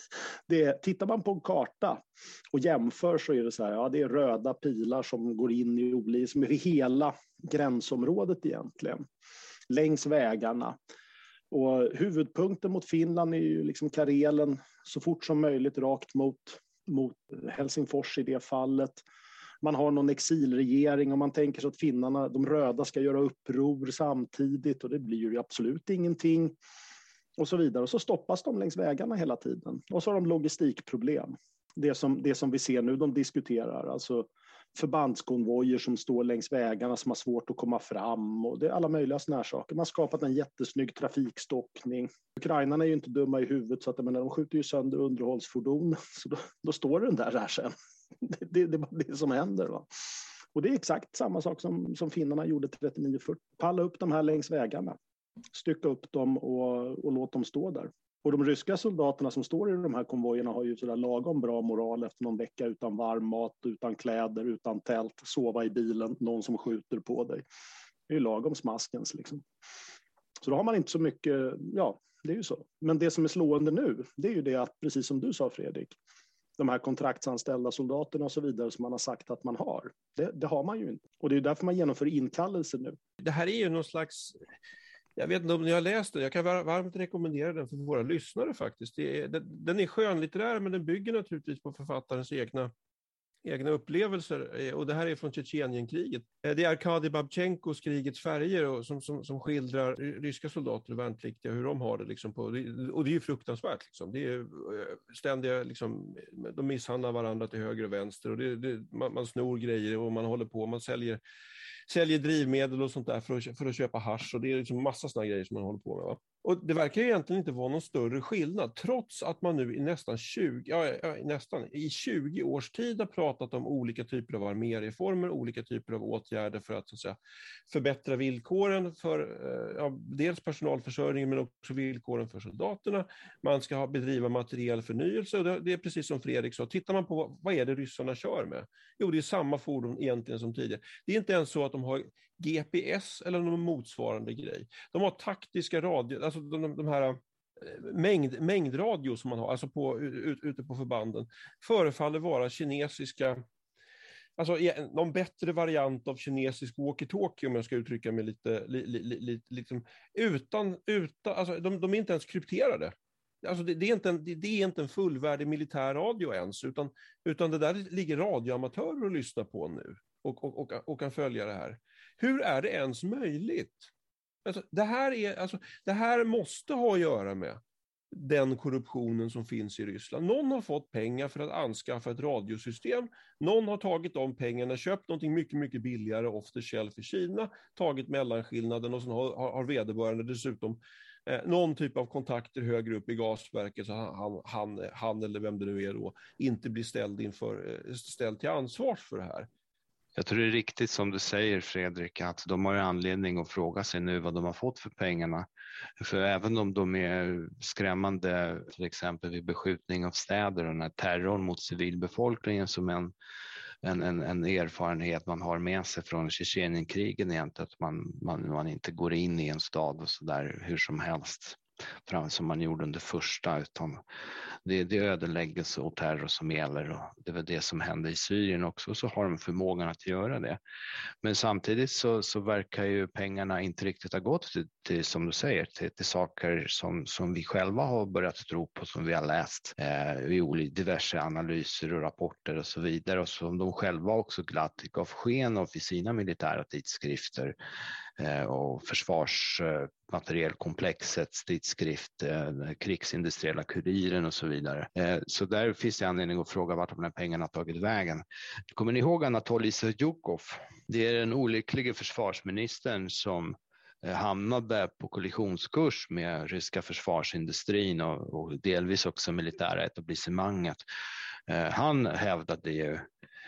Tittar man på en karta och jämför så är det så här, ja, det är röda pilar som går in i hela gränsområdet egentligen, längs vägarna. Och huvudpunkten mot Finland är ju liksom Karelen, så fort som möjligt rakt mot Helsingfors i det fallet. Man har någon exilregering och man tänker sig att finnarna, de röda, ska göra uppror samtidigt och det blir ju absolut ingenting och så vidare. Och så stoppas de längs vägarna hela tiden. Och så har de logistikproblem. Det som vi ser nu, de diskuterar, alltså förbandskonvojer som står längs vägarna som har svårt att komma fram och det är alla möjliga såna här saker. Man har skapat en jättesnygg trafikstockning. Ukrainarna är ju inte dumma i huvudet så att de skjuter ju sönder underhållsfordon, så då står den där sen. Det är bara det som händer. Va? Och det är exakt samma sak som finnarna gjorde 39-40. Palla upp de här längs vägarna, stycka upp dem och låt dem stå där. Och de ryska soldaterna som står i de här konvojerna har ju sådär lagom bra moral efter någon vecka utan varm mat, utan kläder, utan tält, sova i bilen, någon som skjuter på dig. Det är ju lagom smaskens liksom. Så då har man inte så mycket, ja, det är ju så. Men det som är slående nu, det är ju det att, precis som du sa Fredrik, de här kontraktsanställda soldaterna och så vidare som man har sagt att man har, det har man ju inte. Och det är ju därför man genomför inkallelser nu. Det här är ju någon slags... Jag vet inte om ni har läst den. Jag kan varmt rekommendera den för våra lyssnare faktiskt. Den är skönlitterär, men den bygger naturligtvis på författarens egna upplevelser. Och det här är från Tjetjenienkriget. Det är Arkadij Babchenkos Krigets färger som skildrar ryska soldater och värnpliktiga, hur de har det. Liksom och det är ju fruktansvärt. Liksom. Det är ständiga, liksom, de misshandlar varandra till höger och vänster. Och man snor grejer och man håller på. Man säljer drivmedel och sånt där för att köpa hasch, och det är liksom massa såna grejer som man håller på med. Va? Och det verkar egentligen inte vara någon större skillnad, trots att man nu i nästan 20 års tid har pratat om olika typer av arméreformer, olika typer av åtgärder för att, så att säga, förbättra villkoren för dels personalförsörjningen men också villkoren för soldaterna. Man ska bedriva materiell förnyelse, och det är precis som Fredrik sa. Tittar man på vad är det ryssarna kör med? Jo, det är samma fordon egentligen som tidigare. Det är inte ens så att de har GPS eller någon motsvarande grej. De har taktiska radio, alltså de här mängdradio som man har, alltså ute på förbanden, förefaller vara kinesiska, alltså någon bättre variant av kinesisk walkie-talkie, om jag ska uttrycka mig lite liksom, utan alltså de är inte ens krypterade. Alltså det är inte en fullvärdig militär radio ens, utan det där ligger radioamatörer och lyssnar på nu och kan följa det här. Hur är det ens möjligt? Alltså, det här måste ha att göra med den korruptionen som finns i Ryssland. Någon har fått pengar för att anskaffa ett radiosystem. Någon har tagit de pengarna, köpt någonting mycket, mycket billigare off the shelf i Kina, tagit mellanskillnaden, och sen har vederbörande dessutom någon typ av kontakter högre upp i gasverket, så han eller vem det nu är då inte blir ställd till ansvar för det här. Jag tror det är riktigt som du säger, Fredrik, att de har anledning att fråga sig nu vad de har fått för pengarna. För även om de är skrämmande, till exempel vid beskjutning av städer och den här terrorn mot civilbefolkningen som en erfarenhet man har med sig från Tjetjenienkrigen egentligen, att man inte går in i en stad och så där hur som helst, fram som man gjorde under första, utan det är ödeläggelse och terror som gäller, och det var det som hände i Syrien också, så har de förmågan att göra det. Men samtidigt så verkar ju pengarna inte riktigt ha gått till som du säger, till saker som vi själva har börjat tro på, som vi har läst i diverse analyser och rapporter och så vidare, och som de själva också glatt gav sken av i sina militära tidskrifter och försvarsmaterielkomplexets tidskrift, krigsindustriella kuriren och så vidare. Så där finns det anledning att fråga vart de här pengarna tagit vägen. Kommer ni ihåg Anatolij Syjukov? Det är den olyckliga försvarsministern som hamnade på kollisionskurs med ryska försvarsindustrin och delvis också militära etablissemanget. Han hävdade ju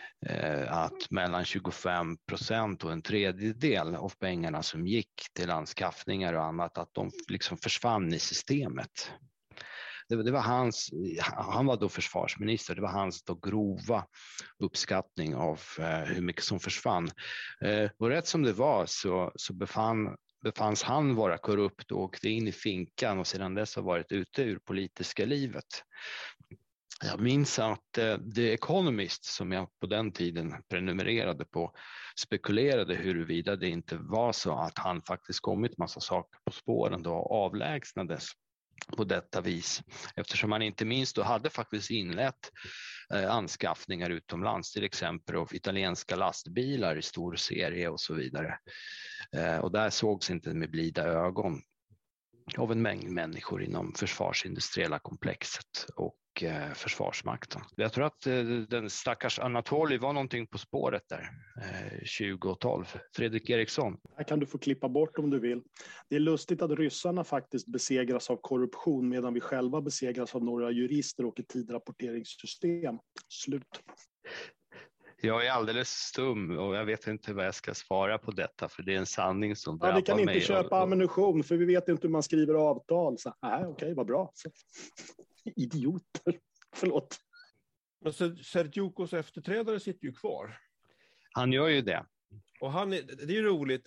att mellan 25% och en tredjedel av pengarna som gick till anskaffningar och annat, att de liksom försvann i systemet. det var han var då försvarsminister, det var hans då grova uppskattning av hur mycket som försvann. Och rätt som det var så befanns han vara korrupt och åkte in i finkan och sedan dess har varit ute ur politiska livet. Jag minns att The Economist, som jag på den tiden prenumererade på, spekulerade huruvida det inte var så att han faktiskt kommit massa saker på spåren då och avlägsnades på detta vis. Eftersom man inte minst då hade faktiskt inlett anskaffningar utomlands, till exempel av italienska lastbilar i stor serie och så vidare. Och där sågs inte med blida ögon av en mängd människor inom försvarsindustriella komplexet och försvarsmakten. Jag tror att den stackars Anatolij var någonting på spåret där 2012. Fredrik Eriksson. Här kan du få klippa bort om du vill. Det är lustigt att ryssarna faktiskt besegras av korruption medan vi själva besegras av några jurister och ett tidrapporteringssystem. Slut. Jag är alldeles stum och jag vet inte vad jag ska svara på detta, för det är en sanning som drabbar mig. Vi kan inte köpa ammunition för vi vet inte hur man skriver avtal. Okej, vad bra. Så. Idioter. Förlåt. Men Sertjukos efterträdare sitter ju kvar. Han gör ju det. Och det är ju roligt.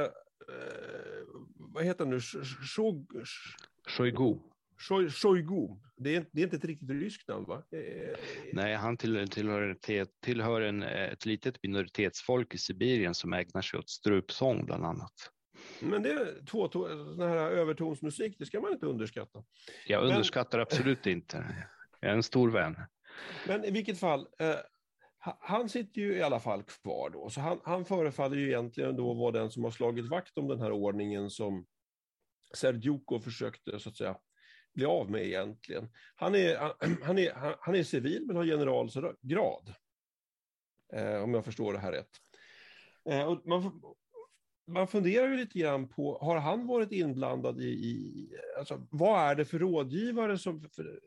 Vad heter han nu? Shoigu. Shoigu. Det är inte ett riktigt ryskt namn, va? Nej, han tillhör ett litet minoritetsfolk i Sibirien som ägnar sig åt strupsång bland annat. Men det är sån här övertonsmusik, det ska man inte underskatta. Jag underskattar absolut inte. Jag är en stor vän. Men i vilket fall, han sitter ju i alla fall kvar då. Så han förefaller ju egentligen då vara den som har slagit vakt om den här ordningen som Sertjukov försökte så att säga bli av med egentligen. Han är civil men har generalsgrad. Om jag förstår det här rätt. Och man funderar ju lite grann på, har han varit inblandad alltså, vad är det för rådgivare som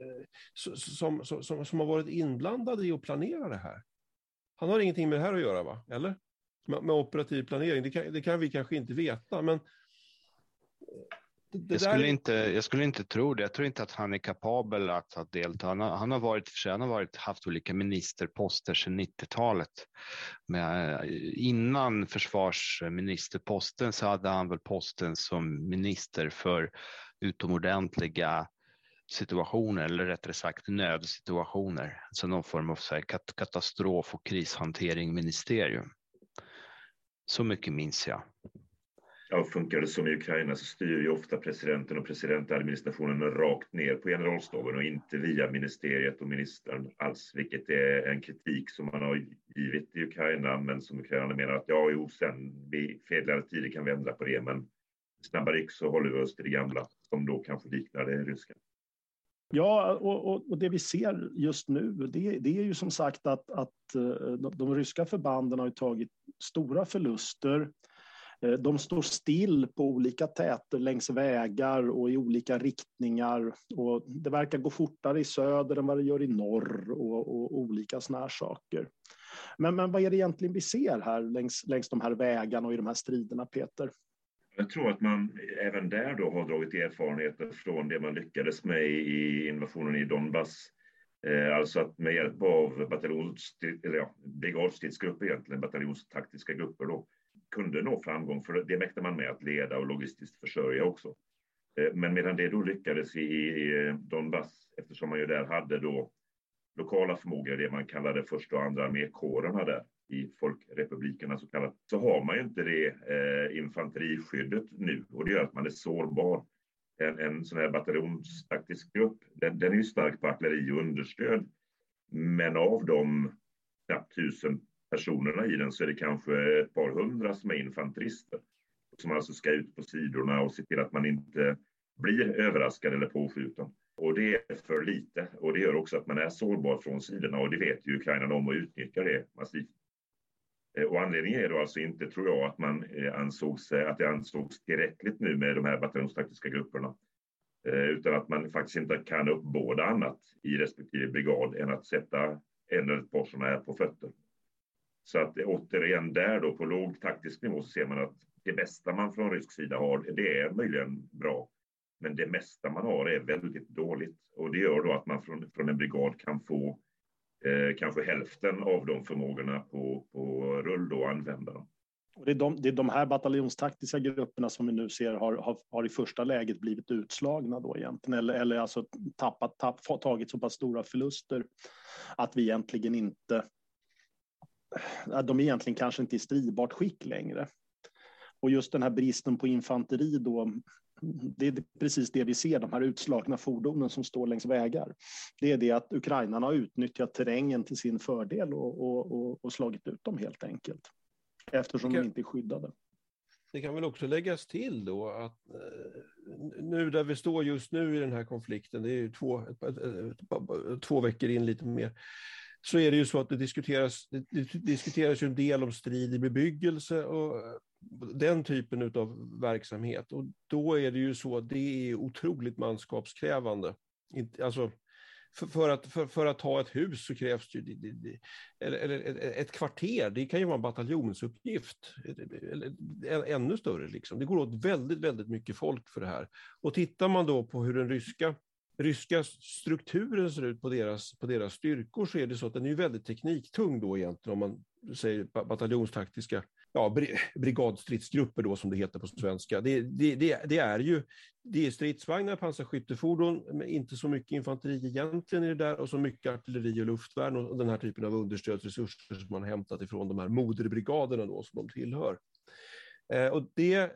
har varit inblandade i att planera det här? Han har ingenting med det här att göra, va? Eller? Med operativ planering, det kan vi kanske inte veta, men jag skulle inte tro det. Jag tror inte att han är kapabel att delta. Han har haft olika ministerposter sedan 90-talet. Men innan försvarsministerposten så hade han väl posten som minister för utomordentliga situationer, eller rättare sagt nödsituationer. Så någon form av katastrof- och krishantering ministerium. Så mycket minns jag. Ja, funkar det som i Ukraina så styr ju ofta presidenten och presidentadministrationen rakt ner på generalstaben och inte via ministeriet och ministern alls, vilket är en kritik som man har givit i Ukraina, men som Ukraina menar att sen vid fredligare tider kan vi ändra på det, men snabba ryck så håller vi oss till det gamla som då kanske liknar det ryska. Ja, och det vi ser just nu, det är ju som sagt att de ryska förbanden har tagit stora förluster. De står still på olika täter längs vägar och i olika riktningar. Och det verkar gå fortare i söder än vad det gör i norr och olika såna här saker. Men vad är det egentligen vi ser här längs de här vägarna och i de här striderna, Peter? Jag tror att man även där då har dragit erfarenheter från det man lyckades med i invasionen i Donbass. Alltså att med hjälp av brigadstridsgrupper egentligen, bataljonstaktiska grupper då, kunde nå framgång, för det mäktar man med att leda och logistiskt försörja också. Men medan det då lyckades i Donbass, eftersom man ju där hade då lokala förmågor, det man kallade första och andra armékårerna där i folkrepublikerna så kallat, så har man ju inte det infanteriskyddet nu, och det gör att man är sårbar. En sån här bataljonstaktisk grupp, den är ju stark på artilleri och understöd, men av de knappt 1000 personerna i den så är det kanske ett par hundra som är infanterister som alltså ska ut på sidorna och se till att man inte blir överraskad eller påskjuten. Och det är för lite, och det gör också att man är sårbar från sidorna, och det vet ju Ukraina om och utnyttjar det massivt. Och anledningen är då alltså inte, tror jag, att man ansågs tillräckligt nu med de här bataljonstaktiska grupperna, utan att man faktiskt inte kan uppbåda annat i respektive brigad än att sätta en eller ett par sådana här på fötter. Så att återigen där då på låg taktisk nivå så ser man att det bästa man från rysk sida har, det är möjligen bra. Men det mesta man har är väldigt dåligt. Och det gör då att man från en brigad kan få kanske hälften av de förmågorna på rull då använda dem. Och det är de här bataljonstaktiska grupperna som vi nu ser har i första läget blivit utslagna då egentligen. Eller alltså tagit så pass stora förluster att vi egentligen inte... De är egentligen kanske inte i stridbart skick längre. Och just den här bristen på infanteri då, det är precis det vi ser, de här utslagna fordonen som står längs vägar. Det är det att ukrainarna har utnyttjat terrängen till sin fördel och slagit ut dem helt enkelt. Eftersom de inte är skyddade. Det kan väl också läggas till då att nu där vi står just nu i den här konflikten, det är ju två veckor in lite mer, så är det ju så att det diskuteras ju en del om strid i bebyggelse och den typen av verksamhet. Och då är det ju så att det är otroligt manskapskrävande. Alltså för att ta ett hus så krävs det eller ett kvarter, det kan ju vara en bataljonsuppgift eller ännu större liksom. Det går åt väldigt, väldigt mycket folk för det här. Och tittar man då på hur den ryska strukturen ser ut på deras styrkor, så är det så att den är ju väldigt tekniktung då egentligen, om man säger bataljonstaktiska brigadstridsgrupper då som det heter på svenska. Det är stridsvagnar, pansarskyttefordon, men inte så mycket infanteri egentligen är det där, och så mycket artilleri och luftvärn och den här typen av understödsresurser som man hämtat ifrån de här moderbrigaderna då som de tillhör. Och det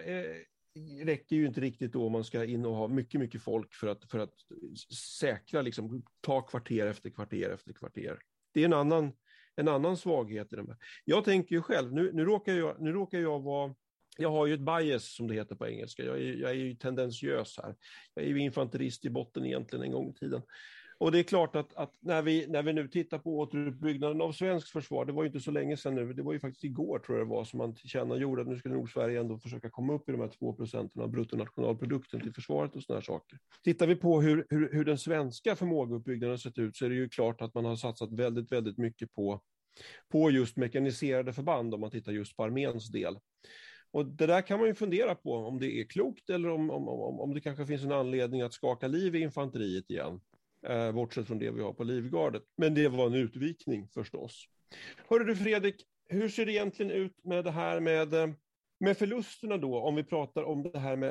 räcker ju inte riktigt då om man ska in och ha mycket, mycket folk för att säkra, liksom, ta kvarter efter kvarter efter kvarter. Det är en annan svaghet i de här. Jag tänker ju själv, nu råkar jag vara, jag har ju ett bias som det heter på engelska, jag är ju tendensiös här. Jag är ju infanterist i botten egentligen en gång i tiden. Och det är klart att när vi nu tittar på återuppbyggnaden av svenskt försvar, det var ju inte så länge sedan nu, det var ju faktiskt igår tror jag det var, som man tillkännagjorde att nu ska Nordsverige ändå försöka komma upp i de här 2% av bruttonationalprodukten till försvaret och såna här saker. Tittar vi på hur den svenska förmågeuppbyggnaden har sett ut, så är det ju klart att man har satsat väldigt, väldigt mycket på just mekaniserade förband, om man tittar just på arméns del. Och det där kan man ju fundera på om det är klokt, eller om det kanske finns en anledning att skaka liv i infanteriet igen. Bortsett från det vi har på Livgardet. Men det var en utvikning förstås. Hörru du Fredrik, hur ser det egentligen ut med det här med förlusterna då? Om vi pratar om det här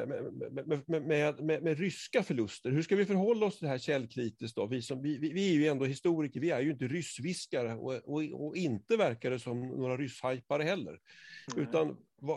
med ryska förluster. Hur ska vi förhålla oss till det här källkritiskt då? Vi är ju ändå historiker, vi är ju inte ryssviskare och inte verkar det som några rysshajpare heller. Nej. Utan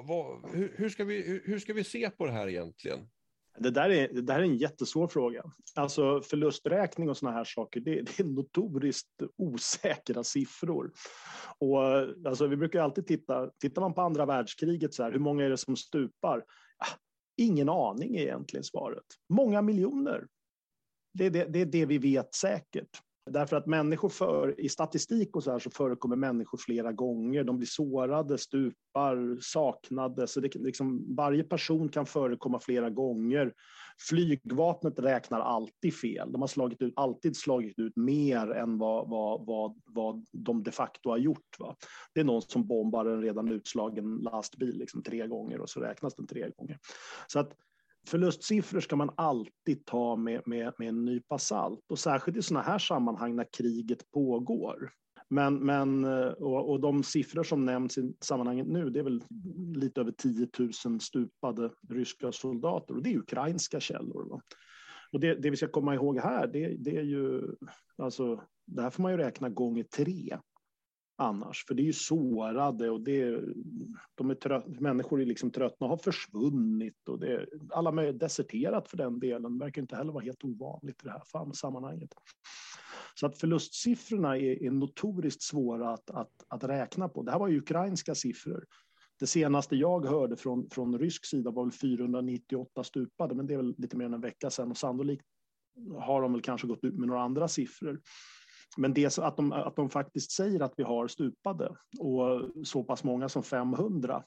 hur ska vi se på det här egentligen? Det där är en jättesvår fråga. Alltså förlusträkning och såna här saker, det är notoriskt osäkra siffror. Och alltså, vi brukar alltid tittar man på andra världskriget så här, hur många är det som stupar? Ingen aning är egentligen svaret. Många miljoner. Det är det vi vet säkert. Därför att människor i statistik och så här så förekommer människor flera gånger. De blir sårade, stupar, saknade. Så det, liksom, varje person kan förekomma flera gånger. Flygvapnet räknar alltid fel. De har alltid slagit ut mer än vad de de facto har gjort. Va? Det är någon som bombar en redan utslagen lastbil liksom 3 gånger och så räknas den 3 gånger. Så att förlustsiffror ska man alltid ta med en nypa salt, och särskilt i såna här sammanhang när kriget pågår. Men de siffror som nämns i sammanhanget nu, det är väl lite över 10 000 stupade ryska soldater, och det är ukrainska källor. Va? Och det vi ska komma ihåg här, det är ju, alltså, det här får man ju räkna gånger 3. Annars, för det är ju sårade och människor är liksom tröttna och har försvunnit, och alla har deserterat för den delen. Det verkar inte heller vara helt ovanligt i det här sammanhanget. Så att förlustsiffrorna är notoriskt svåra att räkna på. Det här var ju ukrainska siffror. Det senaste jag hörde från rysk sida var väl 498 stupade, men det är väl lite mer än en vecka sedan, och sannolikt har de väl kanske gått ut med några andra siffror. Men det så att de faktiskt säger att vi har stupade och så pass många som 500,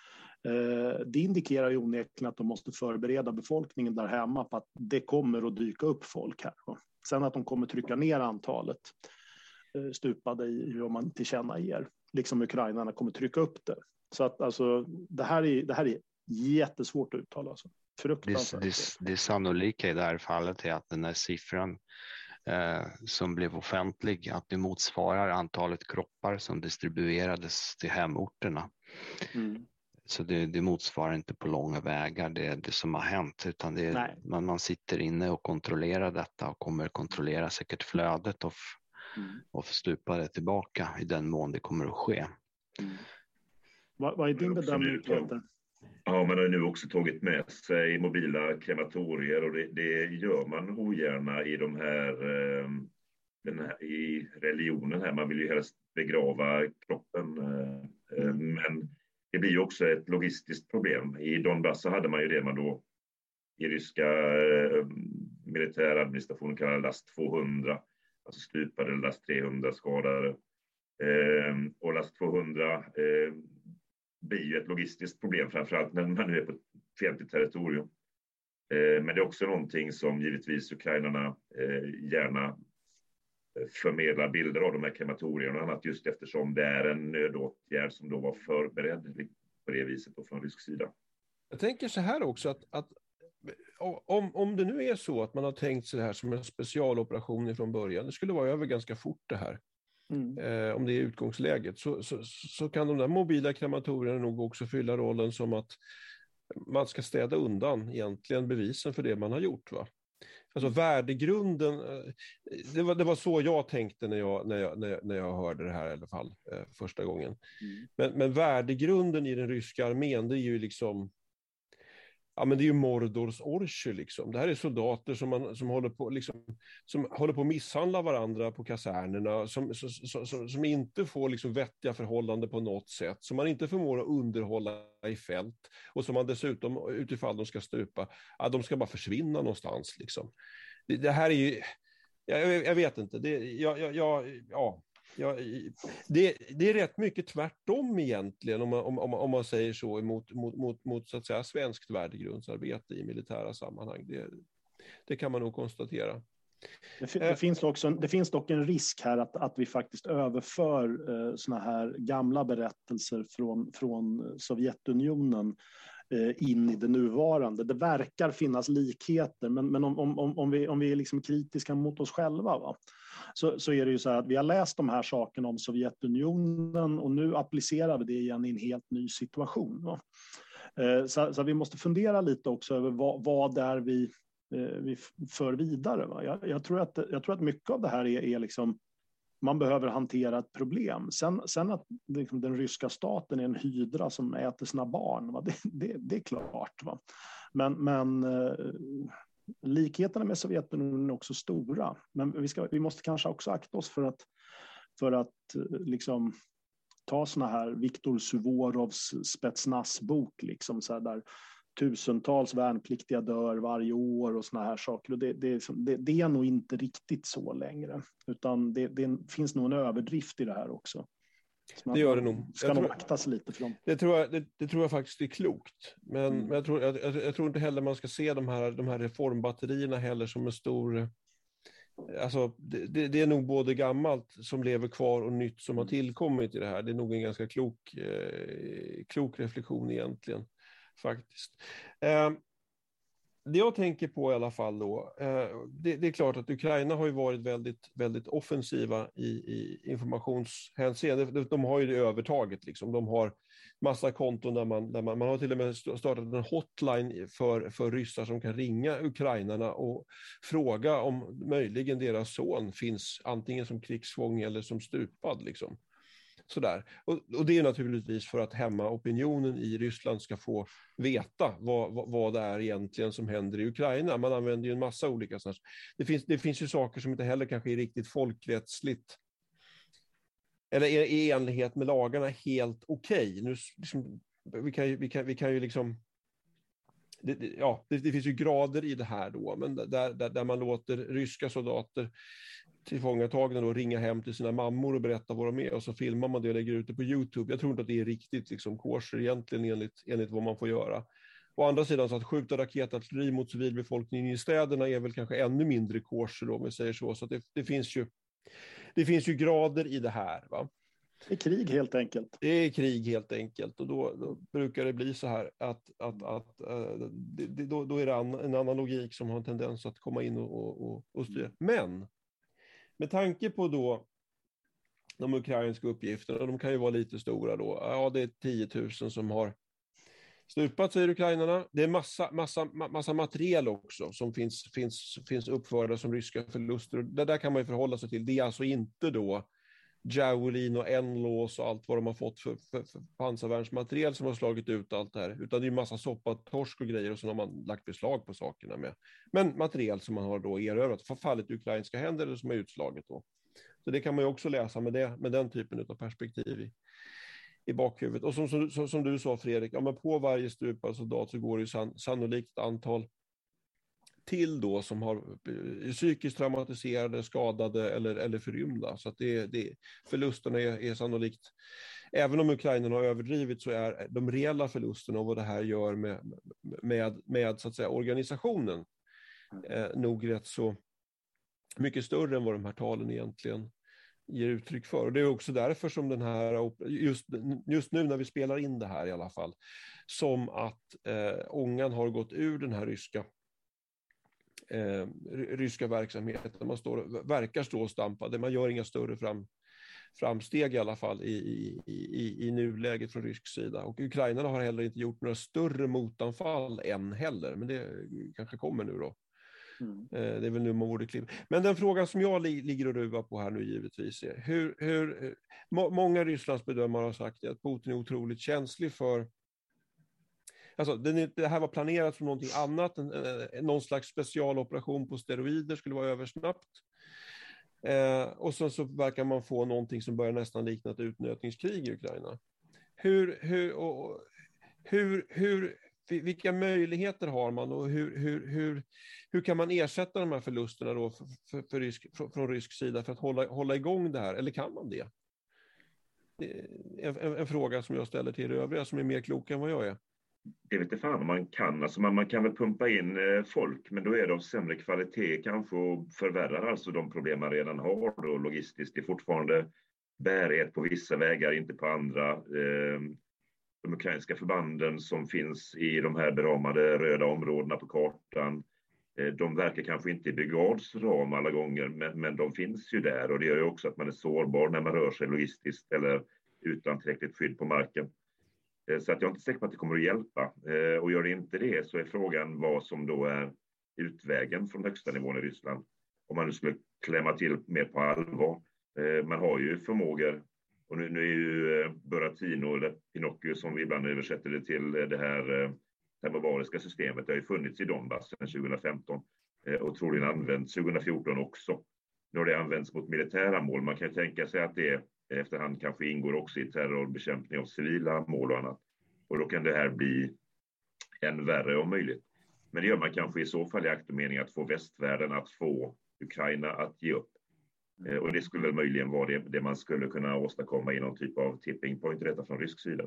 det indikerar ju onekligen att de måste förbereda befolkningen där hemma på att det kommer att dyka upp folk här. Sen att de kommer trycka ner antalet stupade i hur man tillkännager, liksom ukrainarna kommer trycka upp det. Så att alltså, det här är jättesvårt att uttala. Alltså. Fruktansvärt. Det sannolika i det här fallet är att den här siffran som blev offentlig, att det motsvarar antalet kroppar som distribuerades till hemorterna. Så det motsvarar inte på långa vägar det som har hänt, utan man sitter inne och kontrollerar detta och kommer kontrollera säkert flödet och stupa det tillbaka i den mån det kommer att ske. Vad är din bedömning, Peter? Ja, man har nu också tagit med sig mobila krematorier, och det gör man ogärna i i religionen här. Man vill ju helst begrava kroppen, men det blir ju också ett logistiskt problem. I Donbass hade man ju det man då i ryska militäradministrationen kallar last 200, alltså stupade, last 300 skadade. Och last 200 blir ju ett logistiskt problem, framförallt när man nu är på fientligt territorium. Men det är också någonting som givetvis ukrainarna gärna förmedlar bilder av de här krematorierna och annat, just eftersom det är en nödåtgärd som då var förberedd på det viset och från rysk sida. Jag tänker så här också att om det nu är så att man har tänkt sig det här som en specialoperation från början, det skulle vara över ganska fort det här. Om det är utgångsläget, så kan de där mobila krematorierna nog också fylla rollen som att man ska städa undan egentligen bevisen för det man har gjort, va? Alltså värdegrunden, det var så jag tänkte när jag hörde det här i alla fall första gången. Men värdegrunden i den ryska armén, det är ju liksom, ja, men det är ju Mordors orcher liksom. Det här är soldater som håller på att misshandla varandra på kasernerna, som inte får liksom vettiga förhållanden på något sätt, som man inte förmår att underhålla i fält, och som man dessutom, utifall de ska stupa, de ska bara försvinna någonstans liksom. Det här är ju, jag vet inte, det är rätt mycket tvärtom egentligen, om man säger så, mot så att säga svenskt värdegrundsarbete i militära sammanhang. Det kan man nog konstatera. Det finns dock en risk här att vi faktiskt överför såna här gamla berättelser från Sovjetunionen in i det nuvarande. Det verkar finnas likheter, men om vi är liksom kritiska mot oss själva, va? Så är det ju så här att vi har läst de här sakerna om Sovjetunionen och nu applicerar vi det igen i en helt ny situation, va? Så vi måste fundera lite också över vad det är vi för vidare, va? Jag tror att mycket av det här är liksom, man behöver hantera ett problem. Sen att liksom, den ryska staten är en hydra som äter sina barn, va? Det är klart, va? Men likheterna med Sovjetunionen är också stora. Men vi måste kanske också akta oss för att liksom ta såna här Viktor Suvorovs Spetsnaz-bok, liksom, så här, där tusentals värnpliktiga dör varje år och såna här saker. Och det är nog inte riktigt så längre, utan det finns nog en överdrift i det här också. Det gör det nog. Ska nog aktas lite för dem. Det tror jag faktiskt är klokt. Men jag tror inte heller man ska se de här reformbatterierna heller som en stor... Alltså, det är nog både gammalt som lever kvar och nytt som har tillkommit i det här. Det är nog en ganska klok reflektion egentligen, faktiskt. Det jag tänker på i alla fall då, det är klart att Ukraina har ju varit väldigt, väldigt offensiva i informationshänseende. De har ju det övertaget liksom. De har massa konton där man har till och med startat en hotline för ryssar som kan ringa ukrainarna och fråga om möjligen deras son finns antingen som krigsfång eller som stupad liksom. Sådär. Och det är naturligtvis för att hämma opinionen i Ryssland ska få veta vad det är egentligen som händer i Ukraina. Man använder ju en massa olika sådana. Det finns ju saker som inte heller kanske är riktigt folkrättsligt eller i enlighet med lagarna helt okej. Nu liksom, vi kan ju liksom det finns ju grader i det här då, men där man låter ryska soldater tillfångatagna då ringa hem till sina mammor och berätta vad de är, och så filmar man det och lägger ut det på YouTube. Jag tror inte att det är riktigt liksom kosher egentligen enligt vad man får göra. Å andra sidan så att skjuta raketartilleri mot civilbefolkningen i städerna är väl kanske ännu mindre kosher då, om vi säger så. Så att det finns ju grader i det här, va. Det är krig helt enkelt. Det är krig helt enkelt, och då brukar det bli så här att då är det en annan logik som har en tendens att komma in och styra. Men med tanke på då de ukrainska uppgifterna, de kan ju vara lite stora då. Ja, det är 10 000 som har stupat, säger ukrainarna. Det är massa materiel också som finns uppförda som ryska förluster. Det där kan man ju förhålla sig till. Det är alltså inte då Javelin och Enlås och allt vad de har fått för pansarvärnsmateriel som har slagit ut allt det här. Utan det är en massa soppa, torsk och grejer, och så har man lagt beslag på sakerna med. Men materiel som man har då erövrat, fallit i ukrainska händer eller som är utslaget då. Så det kan man ju också läsa med den typen av perspektiv i bakhuvudet. Och som du sa, Fredrik, ja, men på varje stupad soldat så går det ju sannolikt ett antal till då som har psykiskt traumatiserade, skadade eller förrymda. Så att förlusterna är sannolikt, även om Ukraina har överdrivit, så är de reella förlusterna och vad det här gör med så att säga organisationen nog rätt så mycket större än vad de här talen egentligen ger uttryck för. Och det är också därför som den här, just nu när vi spelar in det här i alla fall, som att ångan har gått ur den här ryska verksamheten. Man verkar stå och stampa. Man gör inga större framsteg i alla fall i nuläget från rysk sida. Och ukrainarna har heller inte gjort några större motanfall än heller. Men det kanske kommer nu då. Det är väl nu man borde kliva. Men den frågan som jag ligger och ruvar på här nu givetvis är hur många Rysslands bedömare har sagt att Putin är otroligt känslig för, alltså det här var planerat som någonting annat, någon slags specialoperation på steroider skulle vara översnabbt. Och sen så verkar man få någonting som börjar nästan likna ett utnötningskrig i Ukraina. Vilka möjligheter har man och hur kan man ersätta de här förlusterna då från rysk sida för att hålla igång det här? Eller kan man det? En fråga som jag ställer till er övriga som är mer kloka än vad jag är. Det vet inte fan man kan. Alltså man kan väl pumpa in folk, men då är det av sämre kvalitet kanske och förvärrar alltså de problem man redan har då logistiskt. Det är fortfarande bärighet på vissa vägar, inte på andra. De ukrainska förbanden som finns i de här beramade röda områdena på kartan, de verkar kanske inte i brigadsram alla gånger, men de finns ju där, och det gör ju också att man är sårbar när man rör sig logistiskt eller utan tillräckligt skydd på marken. Så att jag är inte säker på att det kommer att hjälpa. Och gör det inte det så är frågan vad som då är utvägen från högsta nivån i Ryssland. Om man nu skulle klämma till mer på allvar. Man har ju förmågor. Och nu är ju Buratino eller Pinocchio som vi ibland översätter det till det här termobariska systemet. Det har ju funnits i Donbass sedan 2015 och troligen använts 2014 också. Nu har det använts mot militära mål. Man kan tänka sig att det efterhand kanske ingår också i terrorbekämpning av civila mål och annat. Och då kan det här bli än värre om möjligt. Men det gör man kanske i så fall i akt och mening att få västvärlden att få Ukraina att ge upp. Och det skulle möjligen vara det man skulle kunna åstadkomma i någon typ av tipping point i detta från rysk sida.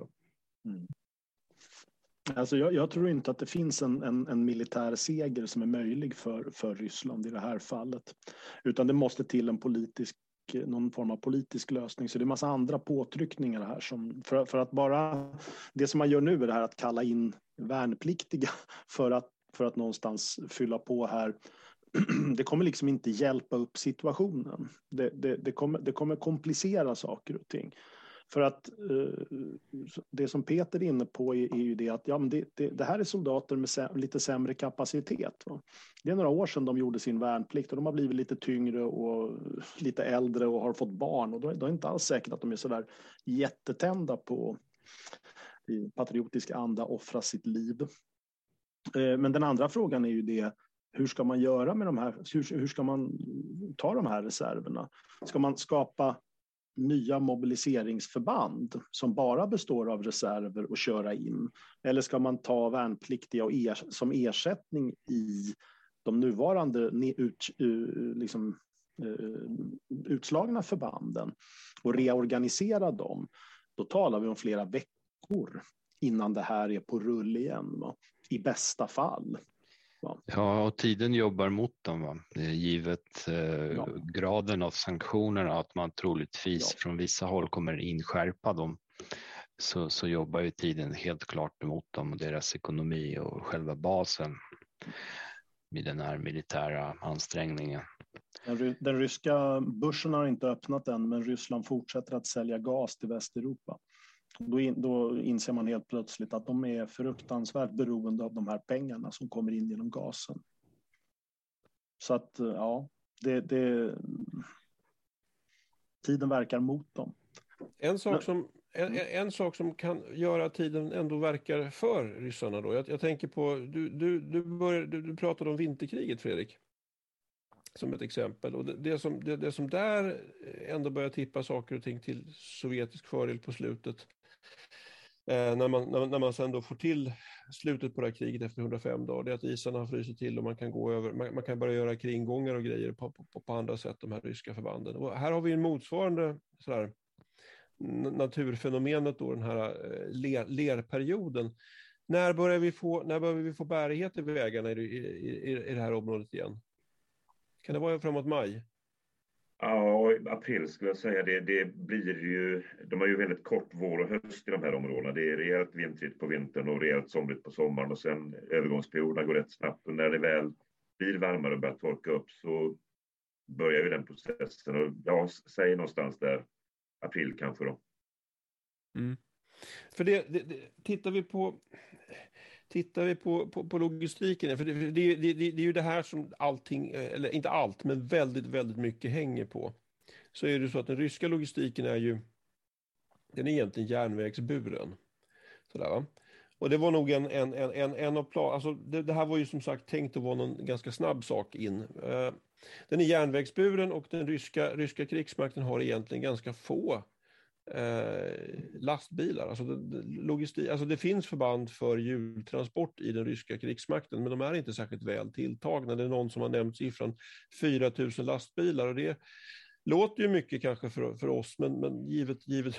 Alltså jag tror inte att det finns en militär seger som är möjlig för Ryssland i det här fallet. Utan det måste till någon form av politisk lösning. Så det är en massa andra påtryckningar här. För att bara det som man gör nu är det här att kalla in värnpliktiga för att någonstans fylla på här. Det kommer liksom inte hjälpa upp situationen. Det kommer komplicera saker och ting. För att det som Peter är inne på är ju det att det här är soldater med lite sämre kapacitet. Va? Det är några år sedan de gjorde sin värnplikt och de har blivit lite tyngre och lite äldre och har fått barn. Och då är det inte alls säkert att de är så där jättetända på i patriotisk anda offra sitt liv. Men den andra frågan är ju det, hur ska man göra med de här, hur ska man ta de här reserverna? Ska man skapa nya mobiliseringsförband som bara består av reserver och köra in? Eller ska man ta värnpliktiga och som ersättning i de nuvarande utslagna förbanden och reorganisera dem? Då talar vi om flera veckor innan det här är på rull igen, va? I bästa fall. Ja, och tiden jobbar mot dem, va? Givet graden av sanktionerna, att man troligtvis från vissa håll kommer inskärpa dem, så jobbar ju tiden helt klart emot dem och deras ekonomi och själva basen med den här militära ansträngningen. Den ryska börsen har inte öppnat än, men Ryssland fortsätter att sälja gas till Västeuropa. Då inser man helt plötsligt att de är fruktansvärt beroende av de här pengarna som kommer in genom gasen. Så att ja, tiden verkar mot dem. En sak som kan göra att tiden ändå verkar för ryssarna då. Jag tänker på, du pratade om vinterkriget, Fredrik, som ett exempel. Och det som där ändå börjar tippa saker och ting till sovjetisk fördel på slutet. När man sen då får till slutet på det här kriget efter 105 dagar, det är att isarna har frysit till och man kan gå över, man kan börja göra kringgångar och grejer på andra sätt, de här ryska förbanden. Och här har vi en motsvarande sådär naturfenomenet då, den här lerperioden. När börjar vi få bärighet i vägarna i det här området igen? Kan det vara framåt maj? Ja, i april skulle jag säga. Det blir ju, de har ju väldigt kort vår och höst i de här områdena. Det är rejält vintrigt på vintern och rejält somrigt på sommaren, och sen övergångsperioderna går rätt snabbt, och när det väl blir varmare och börjar torka upp så börjar ju den processen, och jag säger någonstans där april kanske då. Mm. För tittar vi på logistiken, för det är ju det här som allting, eller inte allt, men väldigt, väldigt mycket hänger på. Så är det så att den ryska logistiken den är egentligen järnvägsburen. Sådär, va? Och det var nog en av plan, alltså det här var ju som sagt tänkt att vara någon ganska snabb sak in. Den är järnvägsburen, och den ryska krigsmakten har egentligen ganska få lastbilar. Alltså det finns förband för hjultransport i den ryska krigsmakten, men de är inte särskilt väl tilltagna. Det är någon som har nämnt siffran 4 000 lastbilar, och det låter ju mycket kanske för oss, men givet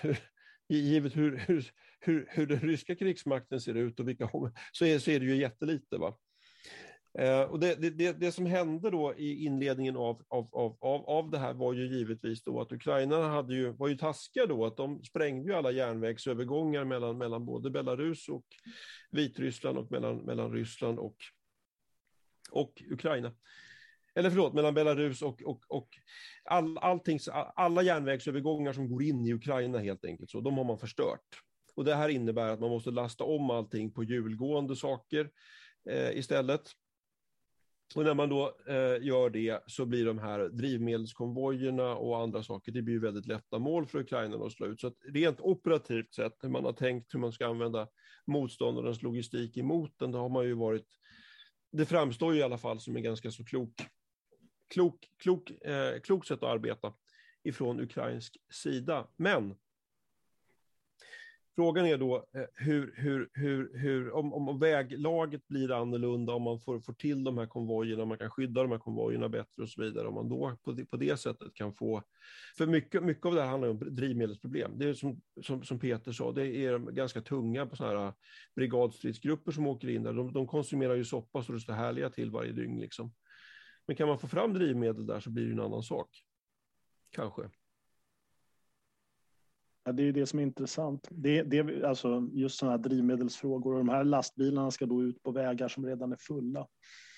hur den ryska krigsmakten ser ut och så är det ju jättelite, va? Och det som hände då i inledningen av det här var ju givetvis då att Ukraina var ju taskiga då, att de sprängde ju alla järnvägsövergångar mellan både Belarus och Vitryssland, och mellan Ryssland och Ukraina. Eller förlåt, mellan Belarus och alla järnvägsövergångar som går in i Ukraina helt enkelt, så de har man förstört. Och det här innebär att man måste lasta om allting på hjulgående saker istället. Och när man då gör det, så blir de här drivmedelskonvojerna och andra saker, det blir ju väldigt lätta mål för Ukraina att slå ut. Så att rent operativt sett, hur man har tänkt hur man ska använda motståndarens logistik emot den, det har man ju det framstår ju i alla fall som en ganska så klok sätt att arbeta ifrån ukrainsk sida. Men frågan är då om väglaget blir annorlunda, om man får till de här konvojerna, man kan skydda de här konvojerna bättre och så vidare, om man då på det sättet kan få, för mycket av det här handlar om drivmedelsproblem. Det är som Peter sa, det är ganska tunga på sådana här brigadstridsgrupper som åker in där. De konsumerar ju soppa så det står härliga till varje dygn liksom. Men kan man få fram drivmedel där, så blir det en annan sak. Kanske. Ja, det är ju det som är intressant. Alltså just sådana här drivmedelsfrågor, och de här lastbilarna ska då ut på vägar som redan är fulla.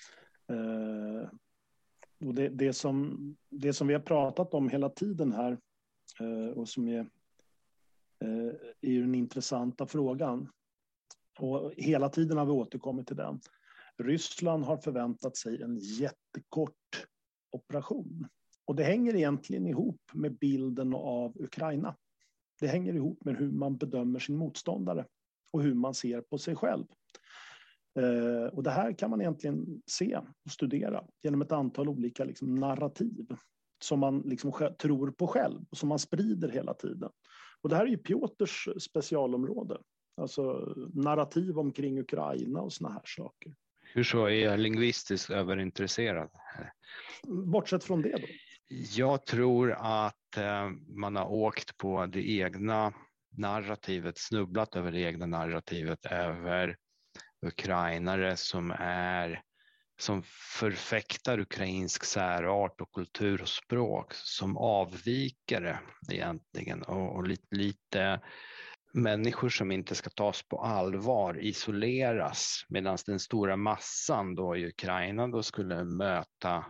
Och det som vi har pratat om hela tiden här, och som är ju den intressanta frågan, och hela tiden har vi återkommit till den. Ryssland har förväntat sig en jättekort operation, och det hänger egentligen ihop med bilden av Ukraina. Det hänger ihop med hur man bedömer sin motståndare och hur man ser på sig själv. Och det här kan man egentligen se och studera genom ett antal olika narrativ som man tror på själv och som man sprider hela tiden. Och det här är ju Piotrs specialområde. Alltså narrativ omkring Ukraina och såna här saker. Hur så är jag lingvistiskt överintresserad? Bortsett från det då? Jag tror att man har åkt på det egna narrativet, snubblat över det egna narrativet över ukrainare som är som förfäktar ukrainsk särart och kultur och språk som avvikare egentligen, och lite människor som inte ska tas på allvar isoleras, medan den stora massan då i Ukraina då skulle möta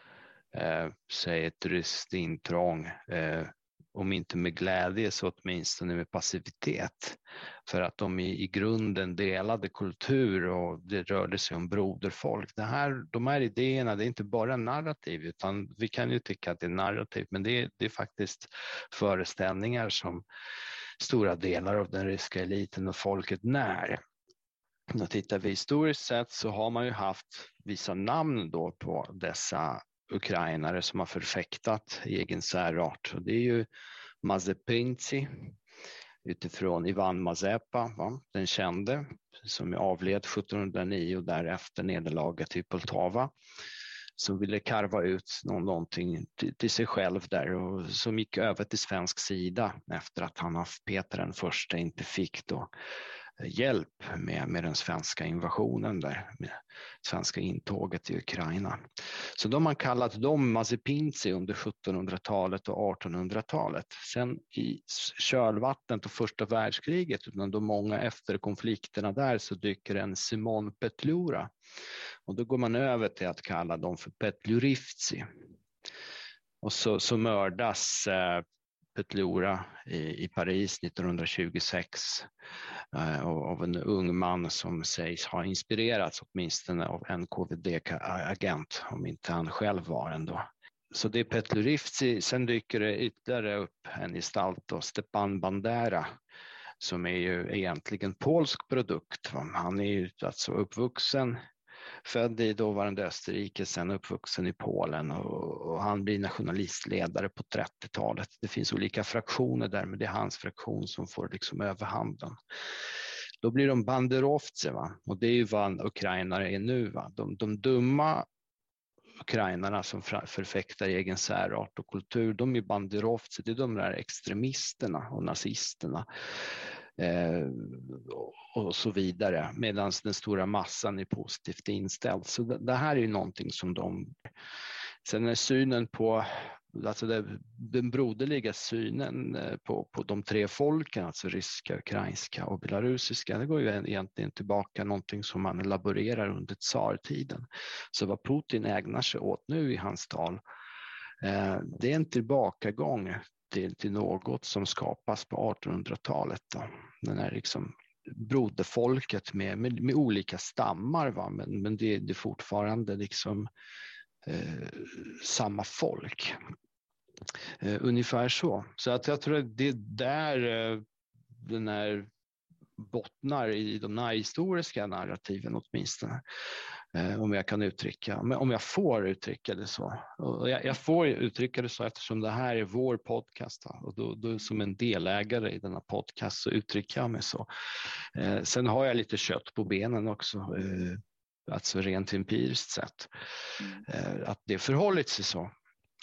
säg ett ryskt intrång, om inte med glädje så åtminstone med passivitet, för att de i grunden delade kultur och det rörde sig om broderfolk. De här idéerna, det är inte bara narrativ, utan vi kan ju tycka att det är narrativ, men det är faktiskt föreställningar som stora delar av den ryska eliten och folket när. Då tittar vi historiskt sett så har man ju haft vissa namn då på dessa ukrainare som har förfäktat egen särart. Och det är ju Mazepinci utifrån Ivan Mazepa, den kände, som avled 1709 och därefter nederlaget i Poltava, som ville karva ut någonting till sig själv där, och som gick över till svensk sida efter att han av Peter den första inte fick då hjälp med den svenska invasionen där, med svenska intåget i Ukraina. Så de har kallat dem Mazepinci under 1700-talet och 1800-talet. Sen i kölvattnet och första världskriget, utan de många efter konflikterna där, så dyker en Simon Petlura. Och då går man över till att kalla dem för Petlurivtsi. Och så mördas Petlura i Paris 1926 av en ung man som sägs ha inspirerats åtminstone av en NKVD-agent, om inte han själv var ändå. Så det är Petlurivtsi. Sen dyker det ytterligare upp en gestalt då, Stepan Bandera, som är ju egentligen polsk produkt. Han är ju alltså uppvuxen, född i dåvarande Österrike, sen uppvuxen i Polen, och han blir nationalistledare på 30-talet. Det finns olika fraktioner där, men det är hans fraktion som får liksom överhanden. Då blir de banderovtsi, va? Och det är ju vad ukrainare är nu. Va? De dumma ukrainarna som förfäktar egen särart och kultur, de är banderovtsi, det är de där extremisterna och nazisterna. Och så vidare, medan den stora massan är positivt inställd. Så det här är ju någonting som de... Sen är synen på, alltså den broderliga synen på de tre folken, alltså ryska, ukrainska och belarusiska, det går ju egentligen tillbaka någonting som man elaborerar under tsartiden. Så vad Putin ägnar sig åt nu i hans tal, det är en tillbakagång till något som skapas på 1800-talet. Då. Den här liksom broderfolket med olika stammar, va? Men det är fortfarande liksom samma folk. Ungefär så. Så att jag tror att det är där den här bottnar i de historiska narrativen åtminstone. Om jag kan uttrycka, men om jag får uttrycka det så. Och jag får uttrycka det så eftersom det här är vår podcast. Och då som en delägare i denna podcast så uttrycker jag mig så. Sen har jag lite kött på benen också. Alltså rent empiriskt sett. Att det förhållit sig så.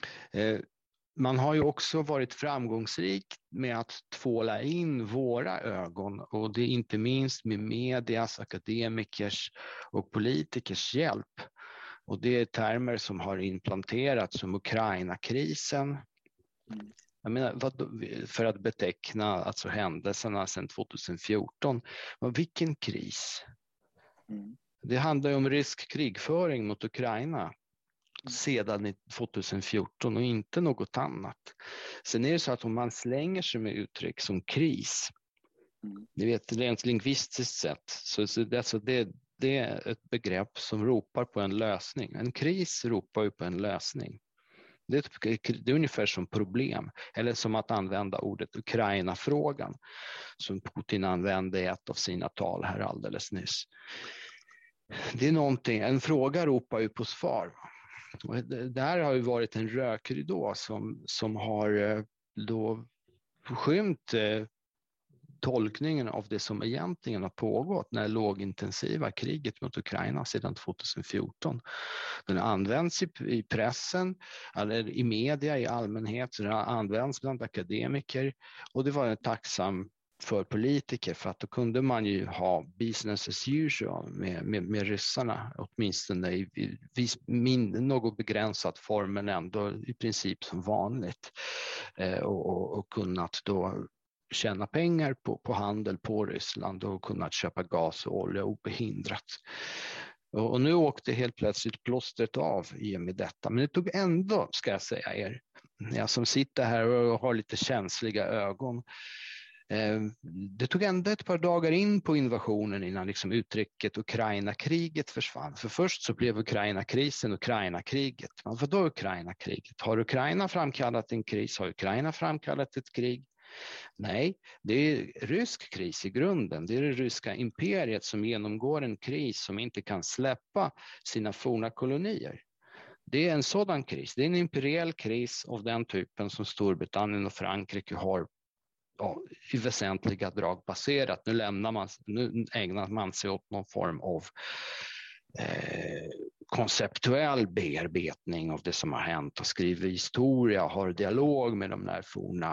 Man har ju också varit framgångsrik med att tvåla in våra ögon, och det är inte minst med medias, akademikers och politikers hjälp. Och det är termer som har implanterats som Ukraina-krisen. Jag menar, för att beteckna alltså händelserna sedan 2014. Vilken kris? Det handlar ju om rysk krigföring mot Ukraina sedan 2014 och inte något annat. Sen är det så att om man slänger sig med uttryck som kris, ni vet, rent lingvistiskt sett, så det är ett begrepp som ropar på en lösning. En kris ropar ju på en lösning. Det är ungefär som problem, eller som att använda ordet Ukraina-frågan som Putin använde i ett av sina tal här alldeles nyss. Det är någonting, en fråga ropar ju på svar. Och det här har ju varit en rökridå som har då skymt tolkningen av det som egentligen har pågått när lågintensiva kriget mot Ukraina sedan 2014. Den används i pressen, eller i media i allmänhet, den används bland akademiker, och det var en tacksam för politiker, för att då kunde man ju ha business as usual med ryssarna, åtminstone i något begränsad form, men ändå i princip som vanligt, och kunnat då tjäna pengar på handel på Ryssland och kunnat köpa gas och olja obehindrat. Och nu åkte helt plötsligt plåstret av i och med detta, men det tog ändå, ska jag säga er, jag som sitter här och har lite känsliga ögon, det tog ändå ett par dagar in på invasionen innan liksom uttrycket Ukraina-kriget försvann. För först så blev Ukraina-krisen Ukraina-kriget. Men vadå Ukraina-kriget? Har Ukraina framkallat en kris? Har Ukraina framkallat ett krig? Nej, det är rysk kris i grunden. Det är det ryska imperiet som genomgår en kris som inte kan släppa sina forna kolonier. Det är en sådan kris. Det är en imperiell kris av den typen som Storbritannien och Frankrike har i väsentliga drag baserat. Nu ägnar man sig åt någon form av konceptuell bearbetning av det som har hänt och skriver historia och har dialog med de där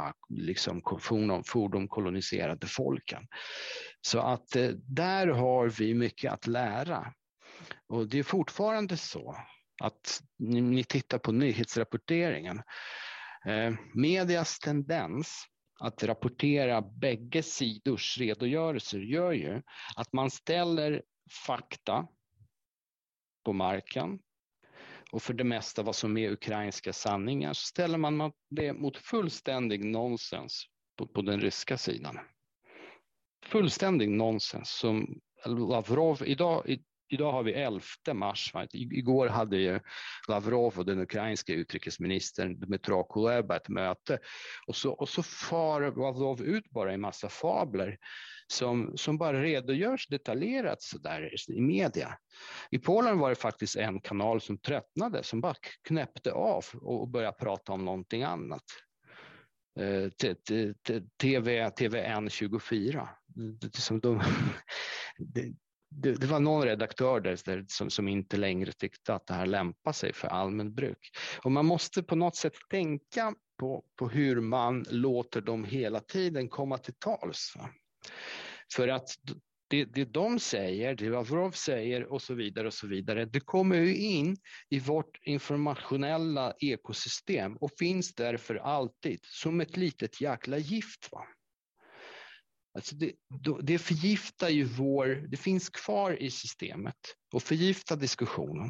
fordom koloniserade folken. Så att där har vi mycket att lära. Och det är fortfarande så att ni tittar på nyhetsrapporteringen. Medias tendens att rapportera bägge sidors redogörelser gör ju att man ställer fakta på marken, och för det mesta vad som är ukrainska sanningar så ställer man det mot fullständig nonsens på den ryska sidan. Fullständig nonsens som Lavrov idag har vi 11 mars. Igår hade ju Lavrov och den ukrainska utrikesministern Dmytro Kuleba ett möte. Och så far Lavrov ut bara en massa fabler som bara redogörs detaljerat så där i media. I Polen var det faktiskt en kanal som tröttnade, som bara knäppte av och började prata om någonting annat. TVN24. Det var någon redaktör där som inte längre tyckte att det här lämpar sig för allmän bruk. Och man måste på något sätt tänka på hur man låter dem hela tiden komma till tals. För att det de säger, det Lavrov säger och så vidare, det kommer ju in i vårt informationella ekosystem och finns därför alltid som ett litet jäkla gift, va? Alltså det förgiftar ju det finns kvar i systemet och förgiftar diskussionen.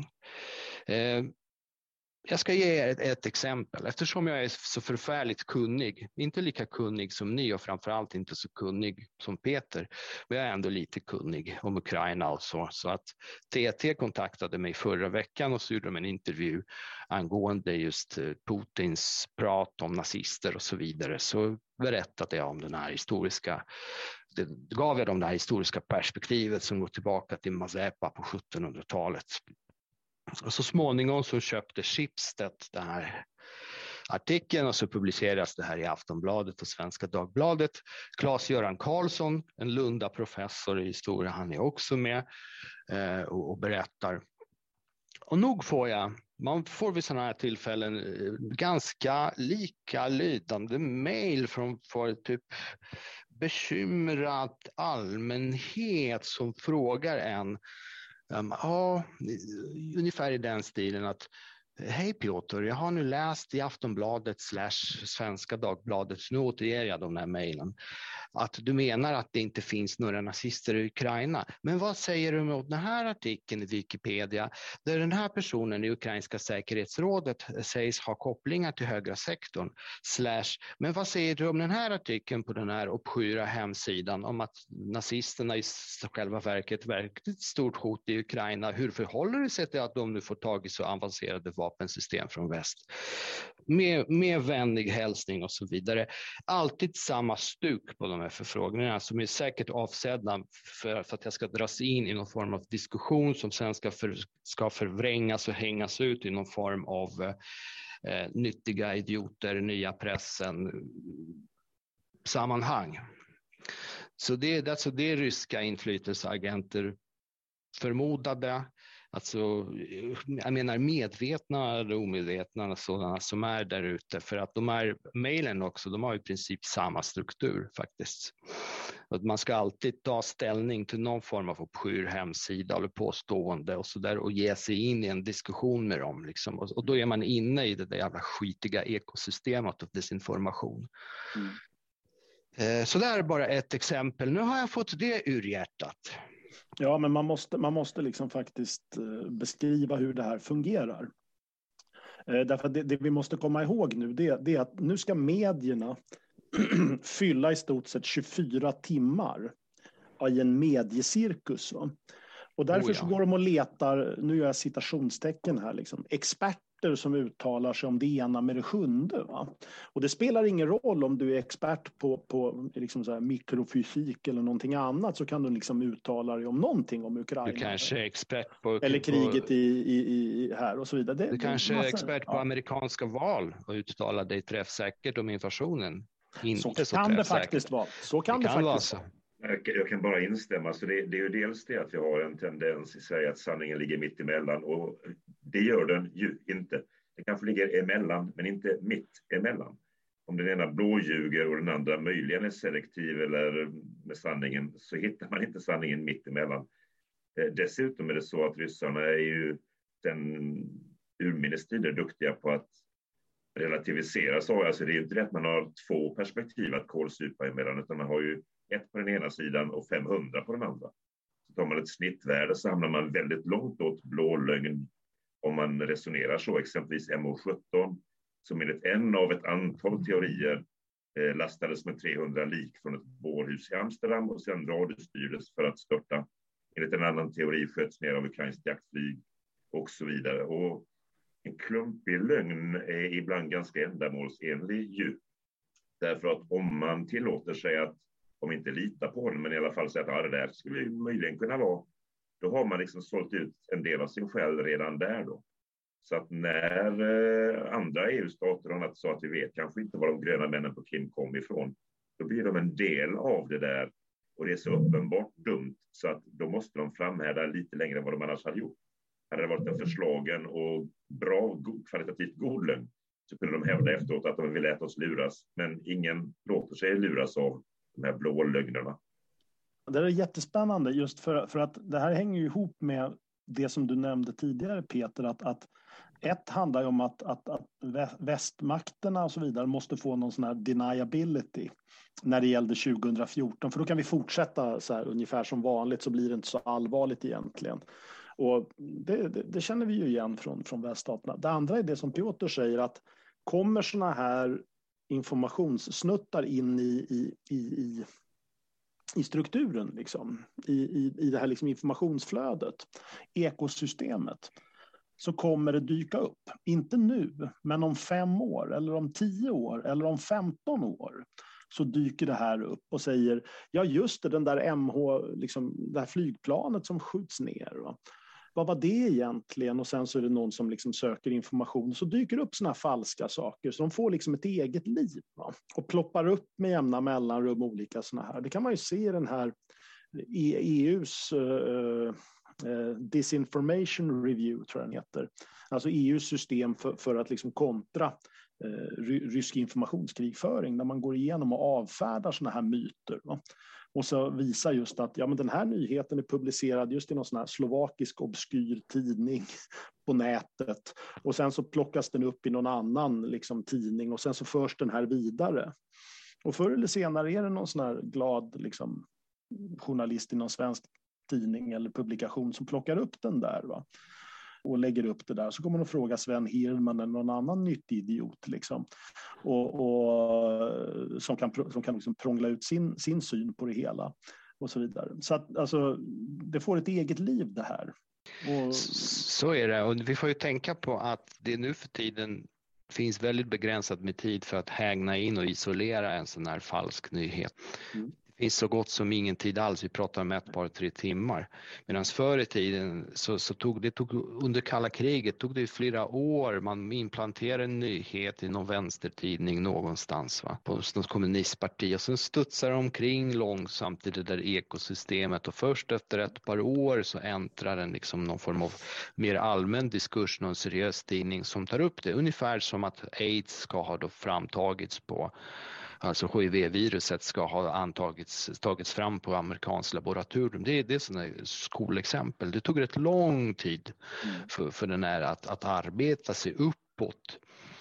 Jag ska ge er ett exempel. Eftersom jag är så förfärligt kunnig, inte lika kunnig som ni och framförallt inte så kunnig som Peter, men jag är ändå lite kunnig om Ukraina och så att TT kontaktade mig förra veckan och så gjorde de en intervju angående just Putins prat om nazister och så vidare. Så berättade jag om den här gav jag dem det här historiska perspektivet som går tillbaka till Mazepa på 1700-talet. Och så småningom så köpte Schibsted den här artikeln och så publiceras det här i Aftonbladet och Svenska Dagbladet. Claes-Göran Karlsson, en Lunda-professor i historia, han är också med och berättar. Och nog man får vid sådana här tillfällen ganska likalydande mejl från typ bekymrad allmänhet som frågar en ungefär i den stilen att hej Piotr, jag har nu läst i Aftonbladet / Svenska Dagbladet, nu återger jag de här mejlen, att du menar att det inte finns några nazister i Ukraina. Men vad säger du om den här artikeln i Wikipedia där den här personen i ukrainska säkerhetsrådet sägs ha kopplingar till högra sektorn / men vad säger du om den här artikeln på den här obskyra hemsidan om att nazisterna i själva verket är ett stort hot i Ukraina? Hur förhåller det sig till att de nu får tag i så avancerade vapensystem från väst? Med vänlig hälsning och så vidare. Alltid samma stuk på de här förfrågningarna som är säkert avsedda för att jag ska dras in i någon form av diskussion som sen ska förvrängas och hängas ut i någon form av nyttiga idioter, nya pressen sammanhang. Så det är ryska inflytelseagenter, förmodade. Alltså, jag menar medvetna eller omedvetna sådana som är där ute, för att de är mejlen också, de har i princip samma struktur faktiskt. Att man ska alltid ta ställning till någon form av obskyr hemsida eller påstående och så där och ge sig in i en diskussion med dem liksom. Och då är man inne i det där jävla skitiga ekosystemet av desinformation. Så det här är bara ett exempel. Nu har jag fått det ur hjärtat. Ja, men man måste liksom faktiskt beskriva hur det här fungerar. Därför att det vi måste komma ihåg nu, det är att nu ska medierna fylla i stort sett 24 timmar i en mediecirkus. Va? Och därför så går de och letar, nu gör jag citationstecken här, liksom, experter som uttalar sig om det ena med det sjunde. Va? Och det spelar ingen roll om du är expert på liksom så här mikrofysik eller någonting annat, så kan du liksom uttala dig om någonting om Ukraina. Du kanske är expert på... Eller kriget i här och så vidare. Du kanske är expert på amerikanska val och uttalar dig träffsäkert om invasionen. Inte så kan det faktiskt vara. Så kan det faktiskt vara. Jag kan bara instämma. Så det är ju dels det att vi har en tendens i Sverige att sanningen ligger mitt emellan, och det gör den ju inte. Det kanske ligger emellan, men inte mitt emellan. Om den ena blåljuger och den andra möjligen är selektiv eller med sanningen, så hittar man inte sanningen mitt emellan. Dessutom är det så att ryssarna är ju den urminnes tider duktiga på att relativisera så. Alltså det är ju inte det att man har två perspektiv att kolsupa emellan, utan man har ju ett på den ena sidan och 500 på den andra. Så tar man ett snittvärde så hamnar man väldigt långt åt blå lögn om man resonerar så. Exempelvis MH17, som enligt en av ett antal teorier lastades med 300 lik från ett bårhus i Amsterdam och sen radiostyrdes för att störta. Enligt en annan teori sköts ner av ukrainskt jaktflyg och så vidare. Och en klumpig lögn är ibland ganska ändamålsenlig ju. Därför att om man tillåter sig att, om inte lita på den, men i alla fall säga att det där skulle ju möjligen kunna vara, då har man liksom sålt ut en del av sin själ redan där då. Så att när andra EU-stater har något så att vi vet kanske inte var de gröna männen på Krim kom ifrån, då blir de en del av det där, och det är så uppenbart dumt så att då måste de framhärda lite längre än vad de annars hade gjort. Hade det varit en förslagen och bra, kvalitativt god lögn, så kunde de hävda efteråt att de ville äta oss luras, men ingen låter sig luras av de här blå lögnerna. Det är jättespännande just för att det här hänger ju ihop med det som du nämnde tidigare, Peter, att ett handlar ju om att västmakterna och så vidare måste få någon sån här deniability när det gällde 2014, för då kan vi fortsätta så här ungefär som vanligt, så blir det inte så allvarligt egentligen. Och det känner vi ju igen från väststaterna. Det andra är det som Piotr säger, att kommer såna här informationssnuttar in i strukturen, liksom, i det här liksom informationsflödet, ekosystemet, så kommer det dyka upp. Inte nu, men om 5 år, eller om 10 år, eller om 15 år, så dyker det här upp och säger, ja just det, den där MH, liksom, det här flygplanet som skjuts ner, va? Vad var det egentligen? Och sen så är det någon som liksom söker information. Så dyker det upp såna här falska saker. Så de får liksom ett eget liv. Va? Och ploppar upp med jämna mellanrum olika såna här. Det kan man ju se i den här EUs Disinformation Review, tror jag den heter. Alltså EUs system för att liksom kontra rysk informationskrigföring. Där man går igenom och avfärdar såna här myter. Va? Och så visar just att ja, men den här nyheten är publicerad just i någon sån här slovakisk obskyr tidning på nätet. Och sen så plockas den upp i någon annan liksom, tidning, och sen så förs den här vidare. Och förr eller senare är det någon sån här glad liksom, journalist i någon svensk tidning eller publikation som plockar upp den där, va? Och lägger upp det där, så kommer de att fråga Sven Hirdman eller någon annan nyttig idiot liksom. Och som kan liksom prångla ut sin syn på det hela och så vidare. Så att alltså, det får ett eget liv det här. Och... Så är det, och vi får ju tänka på att det nu för tiden finns väldigt begränsat med tid för att hängna in och isolera en sån här falsk nyhet. Det finns så gott som ingen tid alls, vi pratar om 1-3 timmar. Medan förr i tiden så tog det under kalla kriget tog det flera år, man implanterade en nyhet i någon vänstertidning någonstans på något kommunistparti och sen studsar de omkring långsamt i det där ekosystemet och först efter ett par år så äntrar den liksom någon form av mer allmän diskurs, någon seriös tidning som tar upp det. Ungefär som att AIDS ska ha då framtagits alltså HIV-viruset ska ha tagits fram på amerikanskt laboratorium. Det är sådana skolexempel. Det tog rätt lång tid för den här att arbeta sig uppåt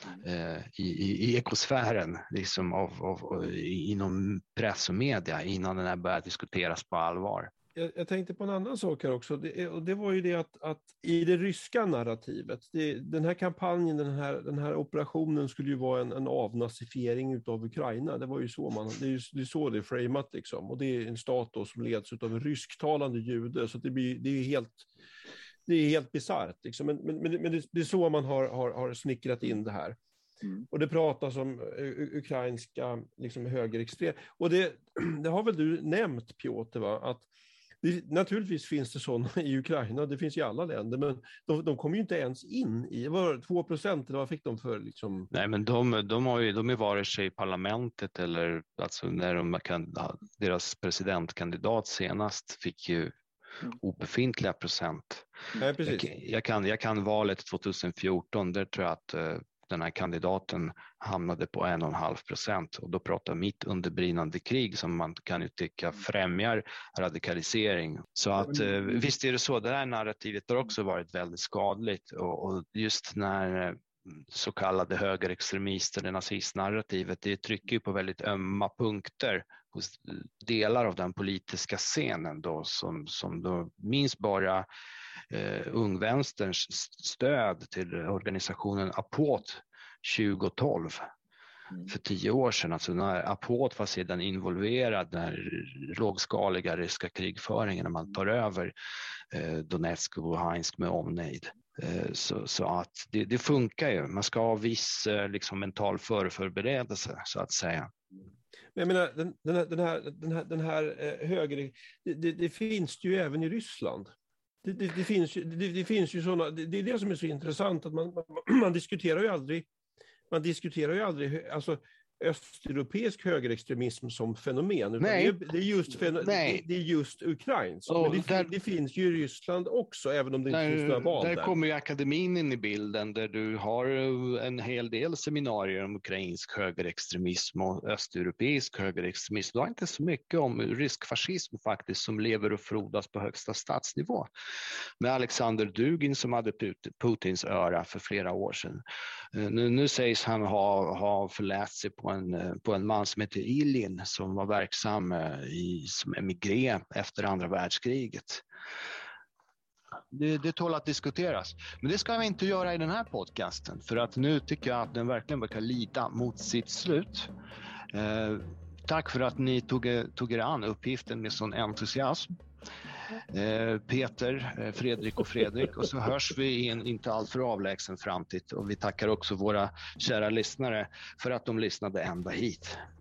i ekosfären liksom inom press och media innan den här började diskuteras på allvar. Jag tänkte på en annan sak här också. Det var ju det att i det ryska narrativet, den här kampanjen, den här operationen skulle ju vara en avnazifiering utav Ukraina. Det var ju så det är så det är framat liksom. Och det är en stat då som leds utav en rysktalande jude. Så det är helt bisarrt liksom. Men det är så man har snickrat in det här. Och det pratas om ukrainska liksom högerextrem. Och det har väl du nämnt, Piotr, va? Att naturligtvis finns det sådana i Ukraina, det finns i alla länder, men de kommer ju inte ens in i, var 2% eller vad fick de för liksom? Nej, men de är vare sig i parlamentet eller alltså när deras presidentkandidat senast fick ju obefintliga procent. Nej, precis. Jag kan valet 2014, där tror jag att den här kandidaten hamnade på 1,5% och då pratar mitt underbrinnande krig som man kan ju tycka främjar radikalisering. Så att visst är det så, det här narrativet har också varit väldigt skadligt och just när så kallade högerextremister, det nazistnarrativet, det trycker på väldigt ömma punkter hos delar av den politiska scenen då som då minst bara ungvänsterns stöd till organisationen Apot 2012 för 10 år sedan. Alltså när Apot var sedan involverad den lågskaliga ryska krigföringen när man tar över Donetsk och Luhansk med omnejd. Så att det funkar ju. Man ska ha viss liksom mental förberedelse så att säga. Men jag menar den här höger det finns ju även i Ryssland. Det finns ju sådana, det är det som är så intressant att man diskuterar ju aldrig alltså östeuropeisk högerextremism som fenomen. Nej. Det är just Ukrains. Men det finns ju i Ryssland också, även om det inte finns några val där. Där kommer ju akademin in i bilden, där du har en hel del seminarier om ukrainsk högerextremism och östeuropeisk högerextremism. Du har inte så mycket om rysk fascism faktiskt, som lever och frodas på högsta statsnivå. Med Alexander Dugin som hade Putins öra för flera år sedan. Nu sägs han ha förläst sig på en man som heter Ilyin som var verksam som emigré efter andra världskriget. Det tål att diskuteras. Men det ska vi inte göra i den här podcasten, för att nu tycker jag att den verkligen verkar lida mot sitt slut. Tack för att ni tog er an uppgiften med sån entusiasm. Peter, Fredrik och så hörs vi i en inte alltför avlägsen framtid, och vi tackar också våra kära lyssnare för att de lyssnade ända hit.